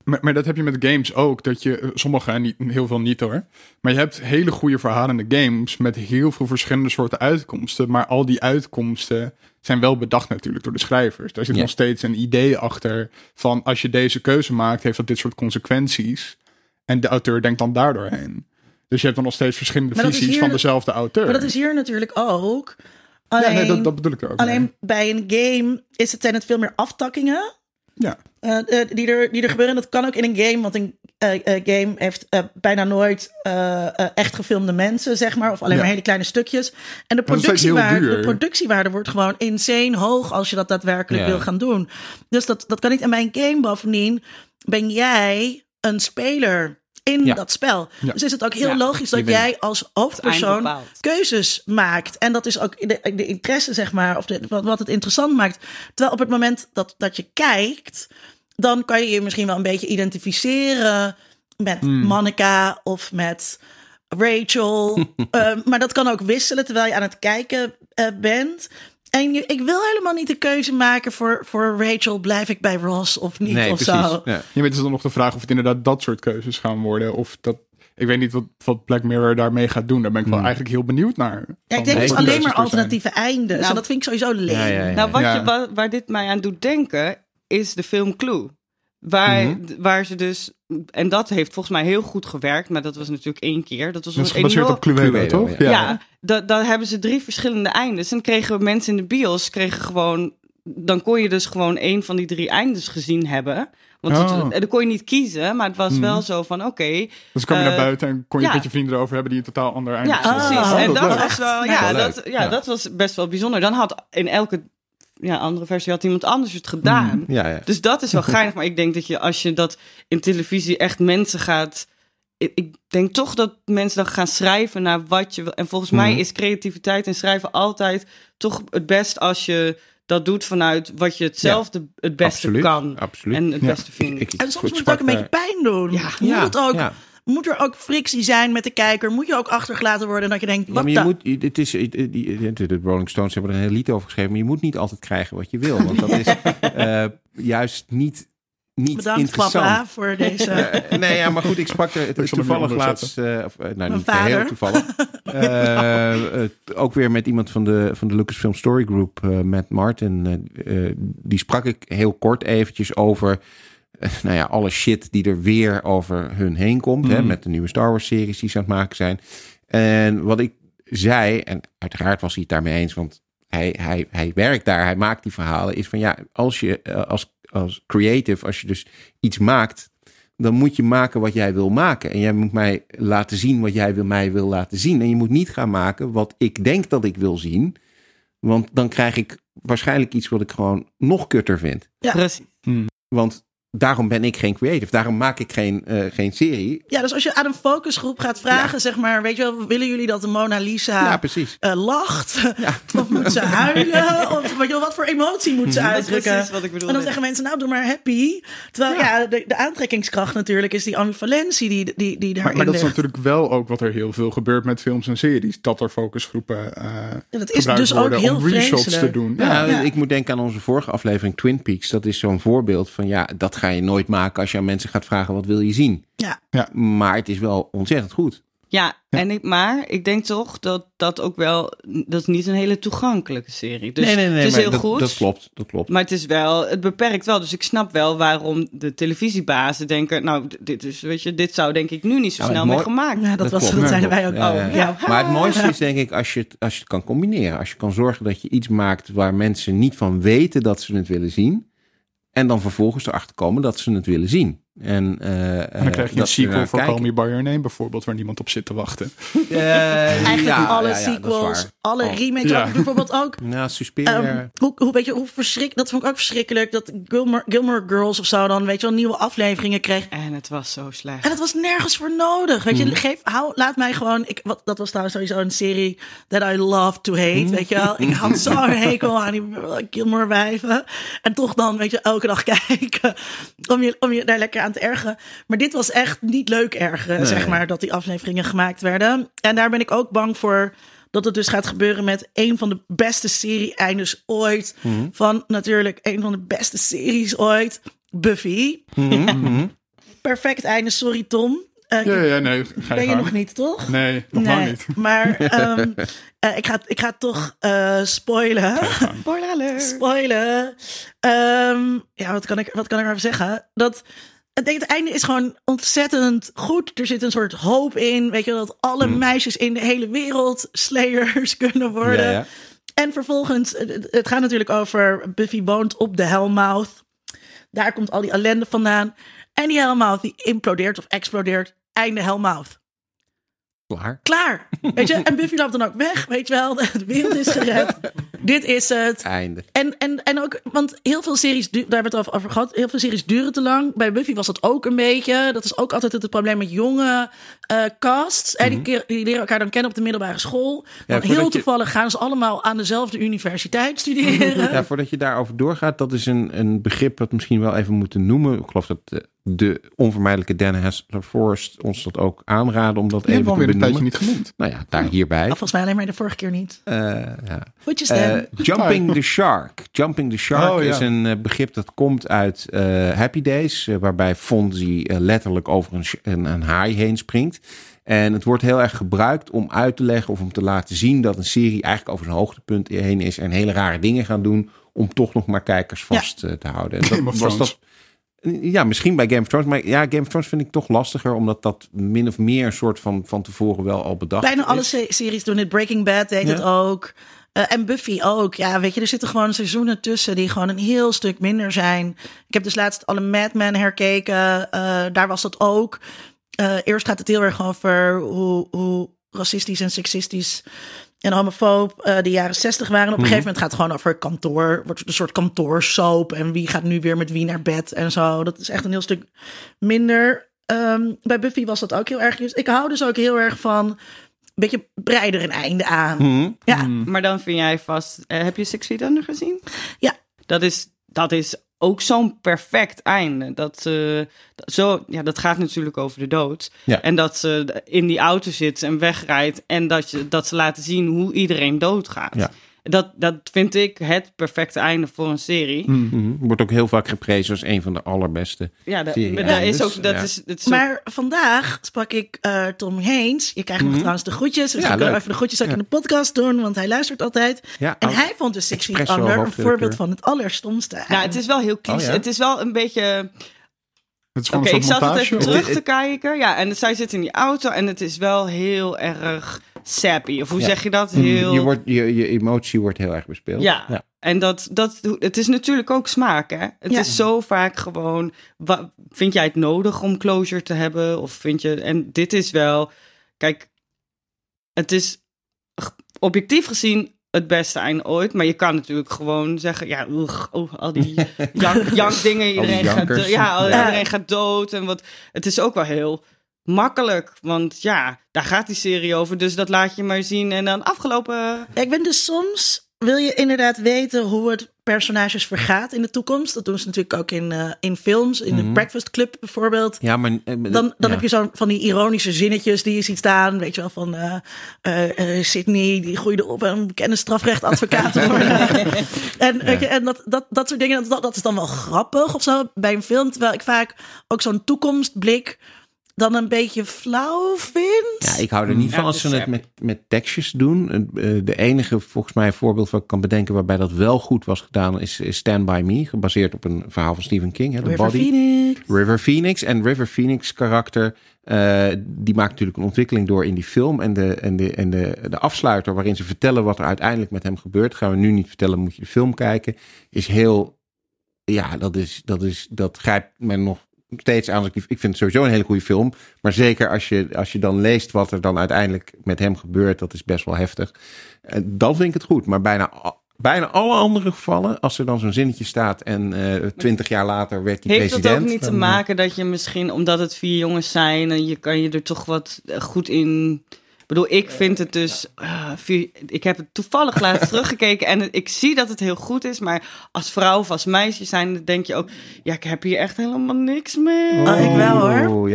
Maar dat heb je met games ook. Dat je, sommige, niet, heel veel niet hoor. Maar je hebt hele goede verhalende games met heel veel verschillende soorten uitkomsten. Maar al die uitkomsten zijn wel bedacht natuurlijk door de schrijvers. Daar zit nog steeds een idee achter van als je deze keuze maakt, heeft dat dit soort consequenties. En de auteur denkt dan daardoor heen. Dus je hebt dan nog steeds verschillende visies van dezelfde auteur. Maar dat is hier natuurlijk ook. Alleen, dat bedoel ik er ook. Alleen bij een game zijn het veel meer aftakkingen. Ja. Die er gebeuren. Dat kan ook in een game, want een game heeft bijna nooit echt gefilmde mensen, zeg maar. Of alleen maar hele kleine stukjes. En de productiewaarde wordt gewoon insane hoog als je dat daadwerkelijk wil gaan doen. Dus dat kan niet. En bij een game bovendien ben jij een speler in dat spel. Ja. Dus is het ook heel logisch dat jij als hoofdpersoon keuzes maakt. En dat is ook de interesse, zeg maar, of wat het interessant maakt. Terwijl op het moment dat je kijkt, dan kan je je misschien wel een beetje identificeren met Monica of met Rachel. Maar dat kan ook wisselen terwijl je aan het kijken bent. En ik wil helemaal niet de keuze maken voor Rachel, blijf ik bij Ross of niet, of precies. Zo. Ja. Je weet dus dan nog de vraag of het inderdaad dat soort keuzes gaan worden. Of dat, ik weet niet wat Black Mirror daarmee gaat doen. Daar ben ik wel eigenlijk heel benieuwd naar. Ja, ik denk dus alleen maar alternatieve eindes. Nou, en dat vind ik sowieso leuk. Nou, waar dit mij aan doet denken, is de film Clue. Waar ze dus... En dat heeft volgens mij heel goed gewerkt. Maar dat was natuurlijk 1 keer. Dat was gebaseerd op Cluedo, toch? Ja, daar hebben ze 3 verschillende eindes. En kregen mensen in de bios gewoon... Dan kon je dus gewoon 1 van die 3 eindes gezien hebben. Want dan kon je niet kiezen. Maar het was wel zo van, oké. Dus kwam je naar buiten en kon je met je vrienden erover hebben die een totaal ander einde hadden. Ja, precies. En dat was wel... dat was best wel bijzonder. Dan had in elke... andere versie had iemand anders het gedaan. Dus dat is wel geinig. Maar ik denk dat als je dat in televisie echt mensen gaat... Ik denk toch dat mensen dan gaan schrijven naar wat je wil. En volgens mij is creativiteit en schrijven altijd toch het best als je dat doet vanuit wat je het beste kan. Absoluut. En het beste vindt. En soms moet het ook een beetje pijn doen. Moet het ook... Ja. Moet er ook frictie zijn met de kijker? Moet je ook achtergelaten worden dat je denkt, wat de Rolling Stones hebben er een heel lied over geschreven, maar je moet niet altijd krijgen wat je wil. Want dat is juist niet bedankt, interessant. Papa, voor deze... maar goed, ik sprak er toevallig laatst... niet heel toevallig. Ook weer met iemand van de Lucasfilm Story Group, Matt Martin. Die sprak ik heel kort eventjes over... alle shit die er weer over hun heen komt. Hè, met de nieuwe Star Wars series die ze aan het maken zijn. En wat ik zei, en uiteraard was hij het daarmee eens, want hij werkt daar, hij maakt die verhalen, is van als je als creative, als je dus iets maakt, dan moet je maken wat jij wil maken. En jij moet mij laten zien wat jij mij wil laten zien. En je moet niet gaan maken wat ik denk dat ik wil zien. Want dan krijg ik waarschijnlijk iets wat ik gewoon nog kutter vind. Ja, precies. Want daarom ben ik geen creative. Daarom maak ik geen serie. Ja, dus als je aan een focusgroep gaat vragen, zeg maar, weet je wel, willen jullie dat de Mona Lisa lacht? Ja. Of moet ze huilen? Of weet je wel, wat voor emotie moet ze uitdrukken? Dat is precies wat ik bedoel. En dan zeggen mensen, nou, doe maar happy. Terwijl de aantrekkingskracht natuurlijk is die ambivalentie die daarin maar dat is natuurlijk wel ook wat er heel veel gebeurt met films en series. Dat er focusgroepen dat is dus ook heel om reshots te doen. Ik moet denken aan onze vorige aflevering Twin Peaks. Dat is zo'n voorbeeld van dat ga je nooit maken als je aan mensen gaat vragen wat wil je zien. Ja. Maar het is wel ontzettend goed. Maar ik denk toch dat ook wel... Dat is niet een hele toegankelijke serie. Dus nee, het is heel goed. Dat klopt. Maar het beperkt wel. Dus ik snap wel waarom de televisiebazen denken... Nou, dit zou denk ik nu niet zo snel mee gemaakt. Ja, dat zeiden wij ook. Ja. Maar het mooiste is denk ik als je het kan combineren. Als je kan zorgen dat je iets maakt waar mensen niet van weten dat ze het willen zien. En dan vervolgens erachter komen dat ze het willen zien. En dan krijg je een sequel voor Call Me By Your Name bijvoorbeeld, waar niemand op zit te wachten. Eigenlijk alle sequels, alle remakes. Bijvoorbeeld ook. Suspiria. Hoe verschrikkelijk, dat vond ik ook verschrikkelijk, dat Gilmore Girls of zo dan, weet je wel, nieuwe afleveringen kreeg. En het was zo slecht. En het was nergens voor nodig. Weet je, laat mij gewoon, dat was trouwens sowieso een serie that I love to hate, weet je wel. Ik had zo'n hekel aan die Gilmore wijven. En toch dan, weet je, elke dag kijken, om je daar lekker aan te ergeren. Maar dit was echt niet leuk ergeren, zeg maar, dat die afleveringen gemaakt werden. En daar ben ik ook bang voor dat het dus gaat gebeuren met een van de beste serie-eindes ooit. Van natuurlijk een van de beste series ooit, Buffy. perfect einde. Sorry, Tom. Nee. Ga Ben je gang. nog niet, toch? Nee, nog lang niet. Maar ik ga toch spoilen. Spoiler alert. Spoilen. Wat kan ik erover zeggen? Het einde is gewoon ontzettend goed. Er zit een soort hoop in. Weet je wel, dat alle meisjes in de hele wereld slayers kunnen worden. Ja. En vervolgens, het gaat natuurlijk over Buffy woont op de Hellmouth. Daar komt al die ellende vandaan. En die Hellmouth die implodeert of explodeert. Einde Hellmouth. Klaar. Weet je, en Buffy loopt dan ook weg. Weet je wel, de wereld is gered. Dit is het. Einde. En ook, want heel veel series, daar hebben we het over gehad. Heel veel series duren te lang. Bij Buffy was dat ook een beetje. Dat is ook altijd het probleem met jonge casts. Die leren elkaar dan kennen op de middelbare school. Dan heel toevallig gaan ze allemaal aan dezelfde universiteit studeren. Ja, voordat je daarover doorgaat, dat is een begrip wat we misschien wel even moeten noemen. Ik geloof dat de onvermijdelijke Dan Hassler-Forrest ons dat ook aanraden om dat even te benoemen. Weer een tijdje niet genoemd. Nou ja, daar hierbij. Volgens mij alleen maar de vorige keer niet. Goedjes, Jumping the Shark. Jumping the Shark is een begrip dat komt uit Happy Days, waarbij Fonzie letterlijk over een haai heen springt. En het wordt heel erg gebruikt om uit te leggen of om te laten zien dat een serie eigenlijk over zijn hoogtepunt heen is en hele rare dingen gaan doen om toch nog maar kijkers vast te houden. En Game of Thrones. Ja, misschien bij Game of Thrones. Maar ja, Game of Thrones vind ik toch lastiger, omdat dat min of meer een soort van tevoren wel al bedacht is. Bijna alle series doen het. Breaking Bad deed het ook. En Buffy ook. Ja, weet je, er zitten gewoon seizoenen tussen die gewoon een heel stuk minder zijn. Ik heb dus laatst alle Mad Men herkeken. Daar was dat ook. Eerst gaat het heel erg over hoe racistisch en seksistisch en homofoob de jaren 60 waren. Op een gegeven moment gaat het gewoon over kantoor. Wordt een soort kantoorsoap. En wie gaat nu weer met wie naar bed en zo. Dat is echt een heel stuk minder. Bij Buffy was dat ook heel erg. Dus ik hou dus ook heel erg van een beetje breider een einde aan. Ja. Maar dan vind jij vast... heb je Six Feet Under gezien? Ja. Dat is ook zo'n perfect einde. Dat gaat natuurlijk over de dood. Ja. En dat ze in die auto zit en wegrijdt. En dat ze laten zien hoe iedereen doodgaat. Ja. Dat vind ik het perfecte einde voor een serie. Wordt ook heel vaak geprezen als een van de allerbeste serie. Maar vandaag sprak ik Tom Haynes. Je krijgt nog trouwens de groetjes. Dus ik wil even de groetjes ook in de podcast doen, want hij luistert altijd. Ja, en hij vond de Six Feet Under een voorbeeld van het allerstomste. Nou, het is wel heel kies. Het is wel een beetje... Oké, ik zat het even terug te kijken. Ja, en zij zit in die auto en het is wel heel erg sappy. Of hoe zeg je dat? Je emotie wordt heel erg bespeeld. Ja. En het is natuurlijk ook smaak, hè? Het is zo vaak gewoon... Vind jij het nodig om closure te hebben? Of vind je... En dit is wel... Kijk, het is objectief gezien het beste einde ooit. Maar je kan natuurlijk gewoon zeggen... Ja, al die jankdingen. Iedereen gaat dood. En het is ook wel heel makkelijk. Want ja, daar gaat die serie over. Dus dat laat je maar zien. En dan afgelopen... Ja, ik ben dus soms... Wil je inderdaad weten hoe het personages vergaat in de toekomst? Dat doen ze natuurlijk ook in films. In de Breakfast Club bijvoorbeeld. Ja, maar dan heb je zo van die ironische zinnetjes die je ziet staan. Weet je wel, van Sydney, die groeide op een bekende strafrechtadvocaat te worden. En dat soort dingen, dat is dan wel grappig of zo bij een film. Terwijl ik vaak ook zo'n toekomstblik dan een beetje flauw vind. Ja, ik hou er niet van als ze het met tekstjes doen. De enige, volgens mij, voorbeeld wat ik kan bedenken waarbij dat wel goed was gedaan is Stand By Me, gebaseerd op een verhaal van Stephen King. Hè, River Phoenix. En River Phoenix karakter, die maakt natuurlijk een ontwikkeling door in die film. En de afsluiter waarin ze vertellen wat er uiteindelijk met hem gebeurt, gaan we nu niet vertellen, moet je de film kijken, is heel... Ja, dat grijpt me nog steeds aan. Ik vind het sowieso een hele goede film. Maar zeker als je dan leest wat er dan uiteindelijk met hem gebeurt, dat is best wel heftig. Dan vind ik het goed. Maar bijna alle andere gevallen, als er dan zo'n zinnetje staat en 20 jaar later werd hij president. Heeft het ook niet te maken dat je misschien, omdat het 4 jongens zijn en je kan je er toch wat goed in... Ik bedoel, ik vind het dus... ik heb het toevallig laatst teruggekeken en ik zie dat het heel goed is. Maar als vrouw of als meisje zijn, denk je ook... Ja, ik heb hier echt helemaal niks mee. Ik wel hoor.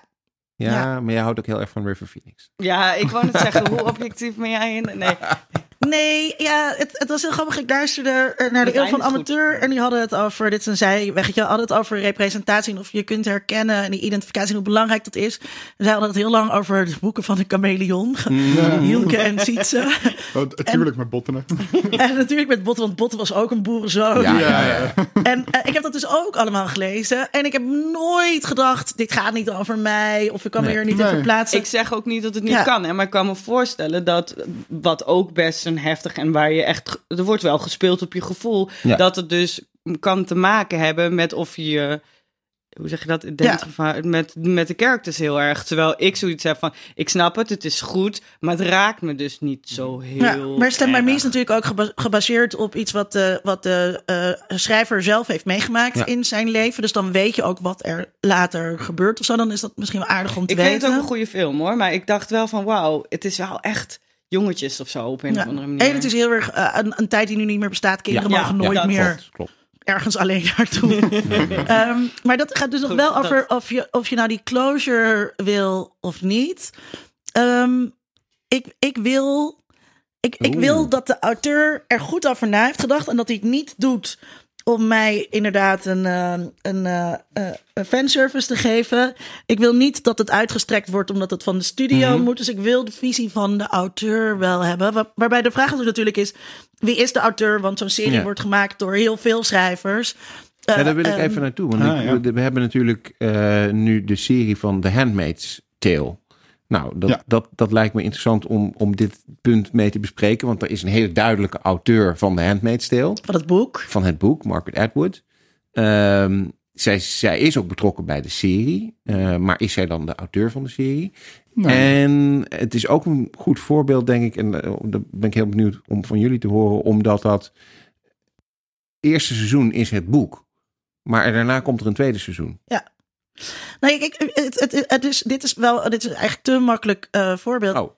Ja, maar jij houdt ook heel erg van River Phoenix. Ja, ik wou net zeggen, hoe objectief ben jij in? Nee. Nee, ja, het was heel grappig. Ik luisterde naar de Eeuw van Amateur en die hadden het over, dit is een zijweggetje, hadden het over representatie en of je kunt herkennen en die identificatie en hoe belangrijk dat is. En zij hadden het heel lang over de boeken van de chameleon, Hielke en Sietse. Natuurlijk met Botten. En natuurlijk met Botten, want Botten was ook een boerenzoon. Ja. En ik heb dat dus ook allemaal gelezen en ik heb nooit gedacht, dit gaat niet over mij of ik kan me hier niet in verplaatsen. Ik zeg ook niet dat het niet kan, hè, maar ik kan me voorstellen dat wat ook best een heftig en waar je echt, er wordt wel gespeeld op je gevoel, dat het dus kan te maken hebben met of je, hoe zeg je dat, met de characters heel erg. Terwijl ik zoiets heb van, ik snap het is goed, maar het raakt me dus niet zo heel maar Stand By Me is erg. natuurlijk ook gebaseerd op iets wat de schrijver zelf heeft meegemaakt in zijn leven. Dus dan weet je ook wat er later gebeurt of zo. Dan is dat misschien wel aardig om te weten. Ik vind het ook een goede film hoor, maar ik dacht wel van wauw, het is wel echt jongetjes of zo op een of andere manier. En het is heel erg een tijd die nu niet meer bestaat. Kinderen mogen nooit meer Klopt. ergens alleen naartoe. Maar dat gaat dus nog wel over of je nou die closure wil of niet. Ik wil dat de auteur er goed over na heeft gedacht en dat hij het niet doet om mij inderdaad een fanservice te geven. Ik wil niet dat het uitgestrekt wordt omdat het van de studio moet. Dus ik wil de visie van de auteur wel hebben. Waarbij de vraag natuurlijk is, wie is de auteur? Want zo'n serie wordt gemaakt door heel veel schrijvers. Daar wil ik even naartoe. Want we hebben natuurlijk nu de serie van The Handmaid's Tale. Nou, dat lijkt me interessant om dit punt mee te bespreken. Want er is een hele duidelijke auteur van The Handmaid's Tale. Van het boek, Margaret Atwood. Zij is ook betrokken bij de serie. Maar is zij dan de auteur van de serie? Nee. En het is ook een goed voorbeeld, denk ik. En daar ben ik heel benieuwd om van jullie te horen. Omdat dat eerste seizoen is het boek. Maar daarna komt er een tweede seizoen. Ja. Nee, dit is eigenlijk te makkelijk voorbeeld. Oh.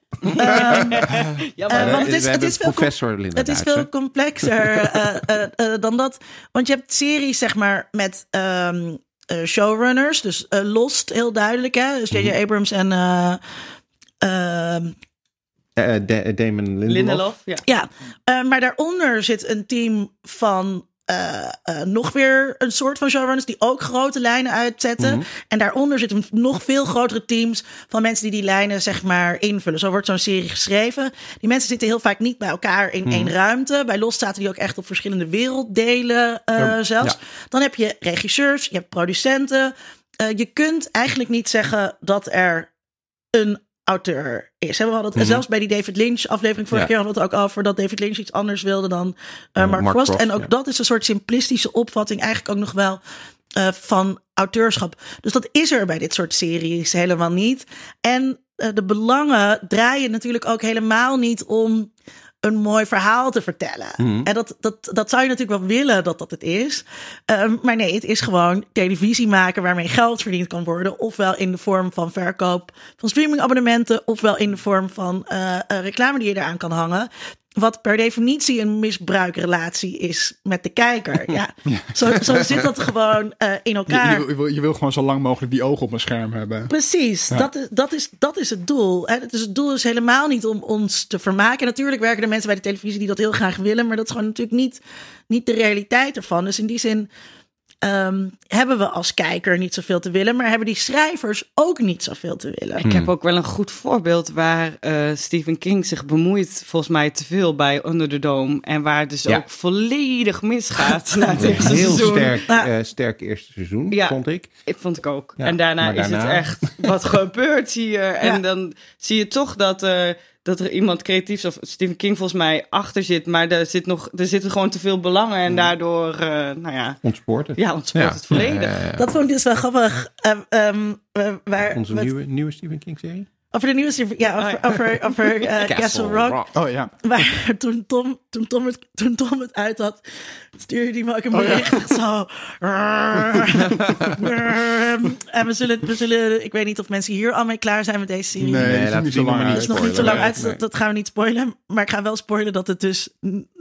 Want het is professor Linda het is veel complexer dan dat. Want je hebt series, zeg maar, met showrunners. Dus Lost, heel duidelijk, hè? Dus J.J. Abrams en Damon Lindelof. Ja. Maar daaronder zit een team van nog weer een soort van showrunners die ook grote lijnen uitzetten. En daaronder zitten nog veel grotere teams van mensen die lijnen, zeg maar, invullen. Zo wordt zo'n serie geschreven. Die mensen zitten heel vaak niet bij elkaar in één ruimte. Bij Lost zaten die ook echt op verschillende werelddelen zelfs. Ja. Dan heb je regisseurs, je hebt producenten. Je kunt eigenlijk niet zeggen dat er een auteur is. We hadden het zelfs bij die David Lynch aflevering vorige keer hadden we het ook over dat David Lynch iets anders wilde dan Mark Frost. En ook dat is een soort simplistische opvatting eigenlijk ook nog wel van auteurschap. Dus dat is er bij dit soort series helemaal niet. En de belangen draaien natuurlijk ook helemaal niet om een mooi verhaal te vertellen. En dat zou je natuurlijk wel willen dat het is. Maar nee, het is gewoon televisie maken waarmee geld verdiend kan worden. Ofwel in de vorm van verkoop van streamingabonnementen. Ofwel in de vorm van reclame die je eraan kan hangen. Wat per definitie een misbruikrelatie is met de kijker. Ja. Zo zit dat gewoon in elkaar. Je wil gewoon zo lang mogelijk die ogen op een scherm hebben. Precies, dat is het doel. Dus het doel is helemaal niet om ons te vermaken. En natuurlijk werken er mensen bij de televisie die dat heel graag willen. Maar dat is gewoon natuurlijk niet de realiteit ervan. Dus in die zin hebben we als kijker niet zoveel te willen, maar hebben die schrijvers ook niet zoveel te willen. Ik heb ook wel een goed voorbeeld waar Stephen King zich bemoeit, volgens mij te veel bij Under the Dome. En waar het dus ook volledig misgaat na het eerste seizoen. Heel sterk eerste seizoen, vond ik. Vond ik ook. Ja, en daarna is het echt, wat gebeurt hier? En dan zie je toch dat er iemand creatiefs of Stephen King volgens mij achter zit, maar er zitten gewoon te veel belangen en daardoor, ontspoort het. Ja, ontspoort het volledig. Dat vond ik dus wel grappig. Onze nieuwe Stephen King serie? Over de nieuwe serie, over Castle Rock. Oh ja. Maar toen Tom het uit had, stuurde hij me ook een bericht zo. En we zullen, ik weet niet of mensen hier al mee klaar zijn met deze serie. Nee, dat is niet zo lang uit. Dat is nog niet zo lang uit, dat gaan we niet spoilen. Maar ik ga wel spoilen dat het dus,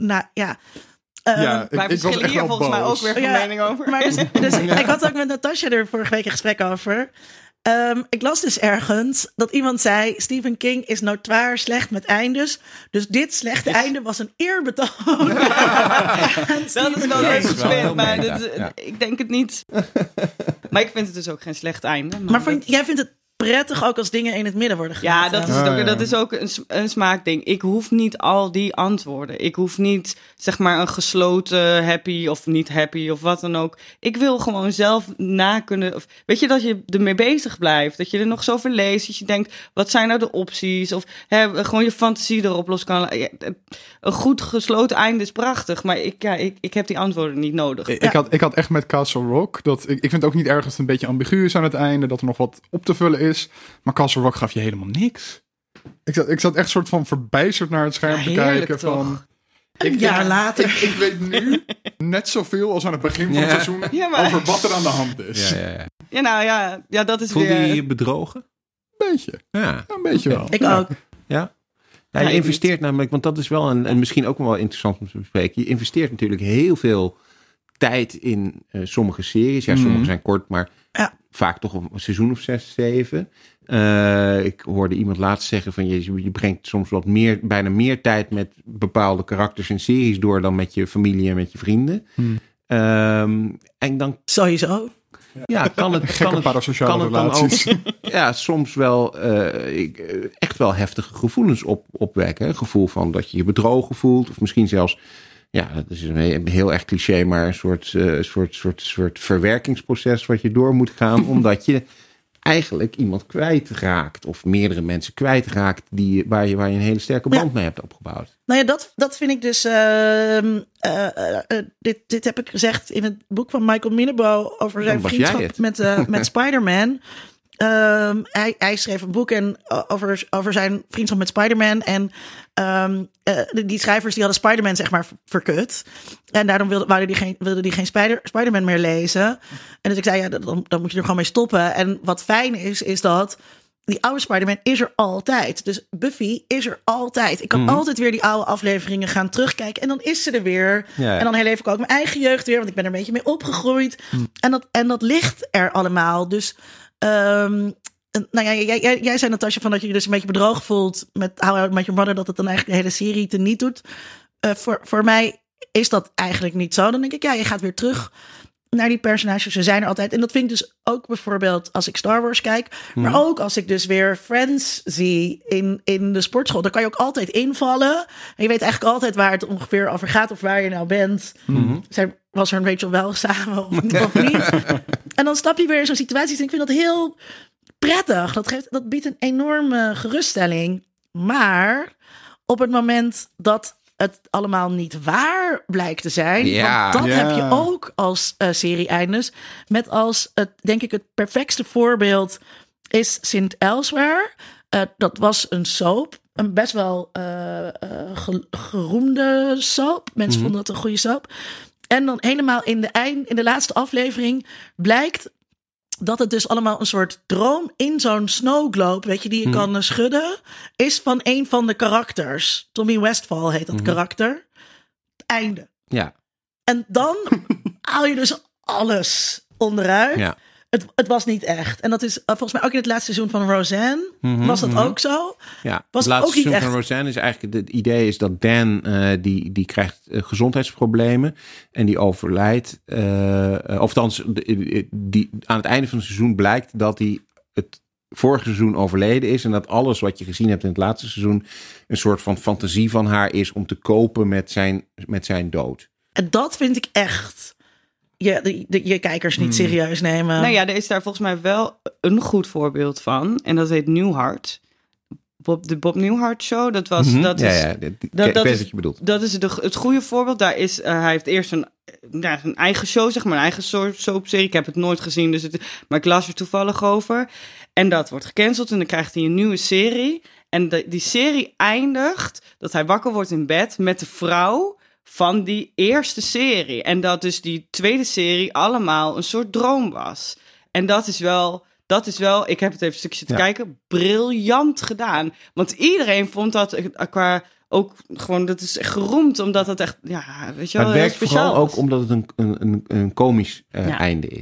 wij verschillen hier volgens mij ook weer van mening over. Maar dus ik had ook met Natasja er vorige week een gesprek over. Ik las dus ergens dat iemand zei... Stephen King is notoire slecht met eindes. Dus dit slechte einde was een eerbetoon. Dat is wel leuk gespeeld, maar meta. ik denk het niet. Maar ik vind het dus ook geen slecht einde. Maar jij vindt het prettig ook als dingen in het midden worden Ja, gelaten? dat is ook een smaakding. Ik hoef niet al die antwoorden. Ik hoef niet, zeg maar, een gesloten happy of niet happy of wat dan ook. Ik wil gewoon zelf na kunnen... Of, weet je, dat je ermee bezig blijft. Dat je er nog zoveel leest. Dat je denkt, wat zijn nou de opties? Of gewoon je fantasie erop los kan... Een goed gesloten einde is prachtig. Maar ik heb die antwoorden niet nodig. Ik had echt met Castle Rock... Ik vind het ook niet erg dat het een beetje ambigu is aan het einde. Dat er nog wat op te vullen is. Maar Castle Rock gaf je helemaal niks. Ik zat echt soort van verbijsterd naar het scherm te kijken. Toch? Van, Een jaar later. Ik weet nu net zoveel als aan het begin van het seizoen... over wat er aan de hand is. Ja, nou ja, dat is Voelde weer... je je bedrogen? Een beetje. Ja. Een beetje wel. Ik ook. Ja? Ja, je investeert namelijk, want dat is wel en misschien ook wel interessant om te bespreken. Je investeert natuurlijk heel veel tijd in sommige series. Ja, sommige zijn kort, maar vaak toch een seizoen of 6, 7. Ik hoorde iemand laatst zeggen van je brengt soms bijna meer tijd met bepaalde karakters en series door dan met je familie en met je vrienden. En dan Sowieso. ja, kan het Gekke parasociale relaties. dan ook ja, soms wel echt wel heftige gevoelens opwekken. Een gevoel van dat je je bedrogen voelt. Of misschien zelfs, ja, dat is een heel erg cliché, maar een soort verwerkingsproces wat je door moet gaan. Omdat je eigenlijk iemand kwijtraakt. Of meerdere mensen kwijtraakt waar je een hele sterke band mee hebt opgebouwd. Nou ja, dat vind ik dus... dit heb ik gezegd in het boek van Michael Minebo over zijn vriendschap met Spider-Man. Hij schreef een boek over zijn vriendschap met Spider-Man. En die schrijvers die hadden Spider-Man zeg maar verkut. En daarom wilde die geen Spider-Man meer lezen. En dus ik zei, ja, dan moet je er gewoon mee stoppen. En wat fijn is dat... Die oude Spider-Man is er altijd. Dus Buffy is er altijd. Ik kan altijd weer die oude afleveringen gaan terugkijken. En dan is ze er weer. Ja. En dan herleef ik ook mijn eigen jeugd weer. Want ik ben er een beetje mee opgegroeid. En dat ligt er allemaal. Dus nou ja, jij zei Natasja van dat je je dus een beetje bedrogen voelt met How I Met Your Mother. Dat het dan eigenlijk de hele serie teniet doet. Voor mij is dat eigenlijk niet zo. Dan denk ik, ja, je gaat weer terug naar die personages. Ze zijn er altijd. En dat vind ik dus ook bijvoorbeeld als ik Star Wars kijk. Maar ook als ik dus weer Friends zie in de sportschool. Dan kan je ook altijd invallen. En je weet eigenlijk altijd waar het ongeveer over gaat. Of waar je nou bent. Was er een Rachel wel samen of niet? En dan stap je weer in zo'n situatie. En ik vind dat heel prettig. Dat biedt een enorme geruststelling. Maar op het moment dat het allemaal niet waar blijkt te zijn. Ja, want dat heb je ook als serie-eindes. Met als, denk ik, het perfectste voorbeeld is St. Elsewhere. Dat was een soap. Een best wel geroemde soap. Mensen vonden dat een goede soap. En dan helemaal in de laatste aflevering blijkt dat het dus allemaal een soort droom in zo'n snow globe, weet je, die je kan schudden, is van een van de karakters. Tommy Westphal heet dat karakter. Einde. Ja. En dan haal je dus alles onderuit. Ja. Het was niet echt. En dat is volgens mij ook in het laatste seizoen van Roseanne. Was dat ook zo? Ja, was het laatste ook niet seizoen echt. van Roseanne is eigenlijk... Het idee is dat Dan, die krijgt gezondheidsproblemen. En die overlijdt. Of althans, aan het einde van het seizoen blijkt dat hij het vorige seizoen overleden is. En dat alles wat je gezien hebt in het laatste seizoen een soort van fantasie van haar is om te kopen met zijn dood. En dat vind ik echt... Je kijkers niet serieus nemen. Nou ja, er is daar volgens mij wel een goed voorbeeld van. En dat heet Newhart. De Bob Newhart Show. Dat was... ik Dat weet wat je bedoelt. Dat is het goede voorbeeld. Daar is, hij heeft eerst een eigen show, zeg maar. Een eigen soapserie. Ik heb het nooit gezien, maar ik las er toevallig over. En dat wordt gecanceld en dan krijgt hij een nieuwe serie. En die serie eindigt dat hij wakker wordt in bed met de vrouw van die eerste serie. En dat dus die tweede serie allemaal een soort droom was. En dat is wel, ik heb het even een stukje te kijken, briljant gedaan. Want iedereen vond dat qua ook gewoon, dat is echt geroemd, omdat het echt, ja, weet je wel, maar het werkt speciaal vooral was. ook omdat het een komisch einde is.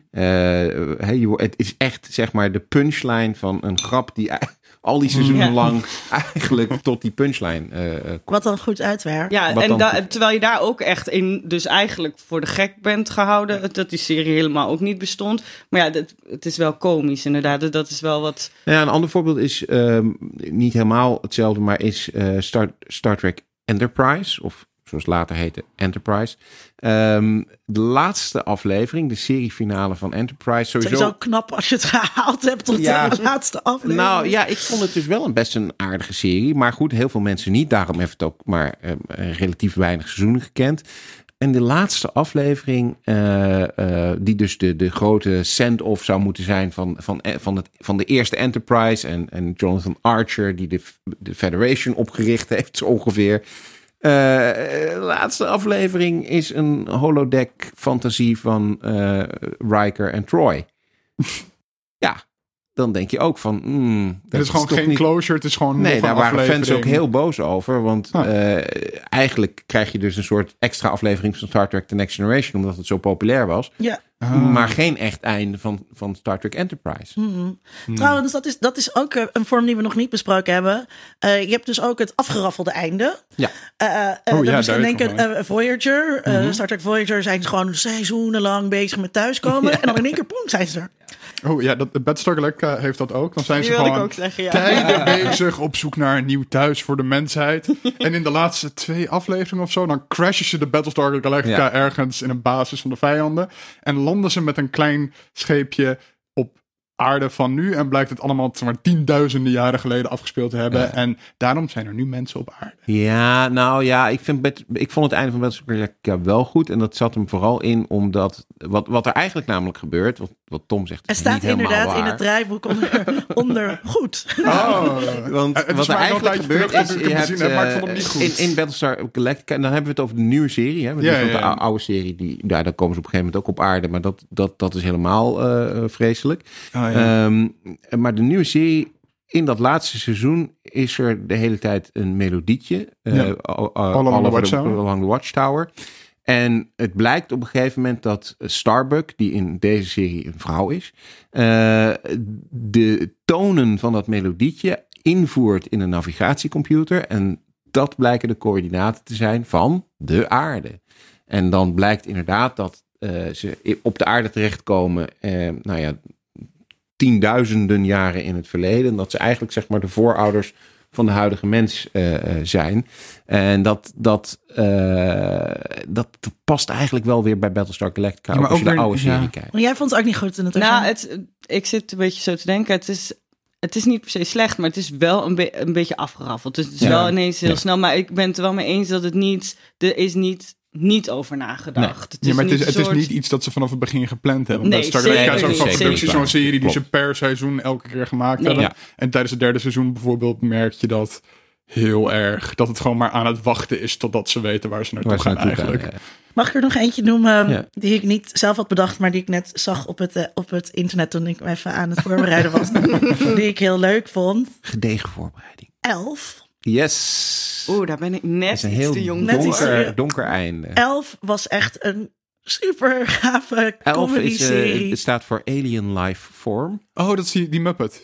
Het is echt, zeg maar, de punchline van een grap die al die seizoenen lang eigenlijk tot die punchline Wat dan goed uitwerkt. Ja, en terwijl je daar ook echt in dus eigenlijk voor de gek bent gehouden. Dat die serie helemaal ook niet bestond. Maar ja, het is wel komisch inderdaad. Dat is wel wat... Ja, een ander voorbeeld is niet helemaal hetzelfde, maar is Star Trek Enterprise. Of zoals later heette Enterprise. De laatste aflevering, de seriefinale van Enterprise. Sowieso... Het is ook knap als je het gehaald hebt tot de laatste aflevering. Nou ja, ik vond het dus wel best een aardige serie. Maar goed, heel veel mensen niet. Daarom heeft het ook maar relatief weinig seizoenen gekend. En de laatste aflevering, die dus de grote send-off zou moeten zijn van de eerste Enterprise. En Jonathan Archer, die de Federation opgericht heeft, zo ongeveer. De laatste aflevering is een holodeck-fantasie van Riker en Troy. Ja, dan denk je ook van... het is gewoon geen closure, het is gewoon Nee, nog daar een waren aflevering. fans ook heel boos over. Want eigenlijk krijg je dus een soort extra aflevering van Star Trek The Next Generation, omdat het zo populair was. Ja. Maar geen echt einde van Star Trek Enterprise. Trouwens, dat is ook een vorm die we nog niet besproken hebben. Je hebt dus ook het afgeraffelde einde. Ja. Dus dan denken Voyager, Star Trek Voyager zijn ze gewoon seizoenenlang bezig met thuiskomen. En dan in één keer, poem, zijn ze er. Oh ja, Battlestar Galactica heeft dat ook. Dan zijn Die ze wil ik gewoon ook zeggen, ja. tijden bezig op zoek naar een nieuw thuis voor de mensheid. En in de laatste 2 afleveringen of zo, dan crashen ze de Battlestar Galactica ergens in een basis van de vijanden. En landen ze met een klein scheepje op aarde van nu. En blijkt het allemaal tienduizenden jaren geleden afgespeeld te hebben. Ja. En daarom zijn er nu mensen op aarde. Ja, nou ja, ik vond het einde van Battlestar Galactica wel goed. En dat zat hem vooral in omdat... Wat er eigenlijk namelijk gebeurt, wat Tom zegt, er staat inderdaad in het draaiboek onder goed. Want wat er eigenlijk gebeurt is, je hebt in Battlestar Galactica, en dan hebben we het over de nieuwe serie, hè, de oude serie, daar komen ze op een gegeven moment ook op aarde, maar dat is helemaal vreselijk. Maar de nieuwe serie, in dat laatste seizoen is er de hele tijd een melodietje, Along the Watchtower. En het blijkt op een gegeven moment dat Starbuck, die in deze serie een vrouw is, de tonen van dat melodietje invoert in een navigatiecomputer. En dat blijken de coördinaten te zijn van de aarde. En dan blijkt inderdaad dat ze op de aarde terechtkomen, tienduizenden jaren in het verleden. En dat ze eigenlijk, zeg maar, de voorouders van de huidige mens zijn. En dat past eigenlijk wel weer bij Battlestar Galactica. Ja, maar als je de oude serie kijkt. Maar jij vond het ook niet goed in het ik zit een beetje zo te denken. Het is niet per se slecht, maar het is wel een beetje afgeraffeld. Dus het is wel ineens heel snel. Maar ik ben het er wel mee eens dat er is niet over nagedacht. Nee. Het is niet iets dat ze vanaf het begin gepland hebben. Nee, Star Trek is ook van productie zo'n serie die ze per seizoen elke keer gemaakt hebben. Ja. En tijdens het 3e seizoen bijvoorbeeld merk je dat heel erg. Dat het gewoon maar aan het wachten is totdat ze weten waar ze naartoe gaan eigenlijk. Ja. Mag ik er nog eentje noemen die ik niet zelf had bedacht, maar die ik net zag op het internet toen ik even aan het voorbereiden was. Die ik heel leuk vond. Gedegen voorbereiding. 11. Yes. Daar ben ik net iets te jong. Donker einde. 11 was echt een super gave comedy-serie. Het staat voor Alien Life Form. Oh, dat is die Muppet.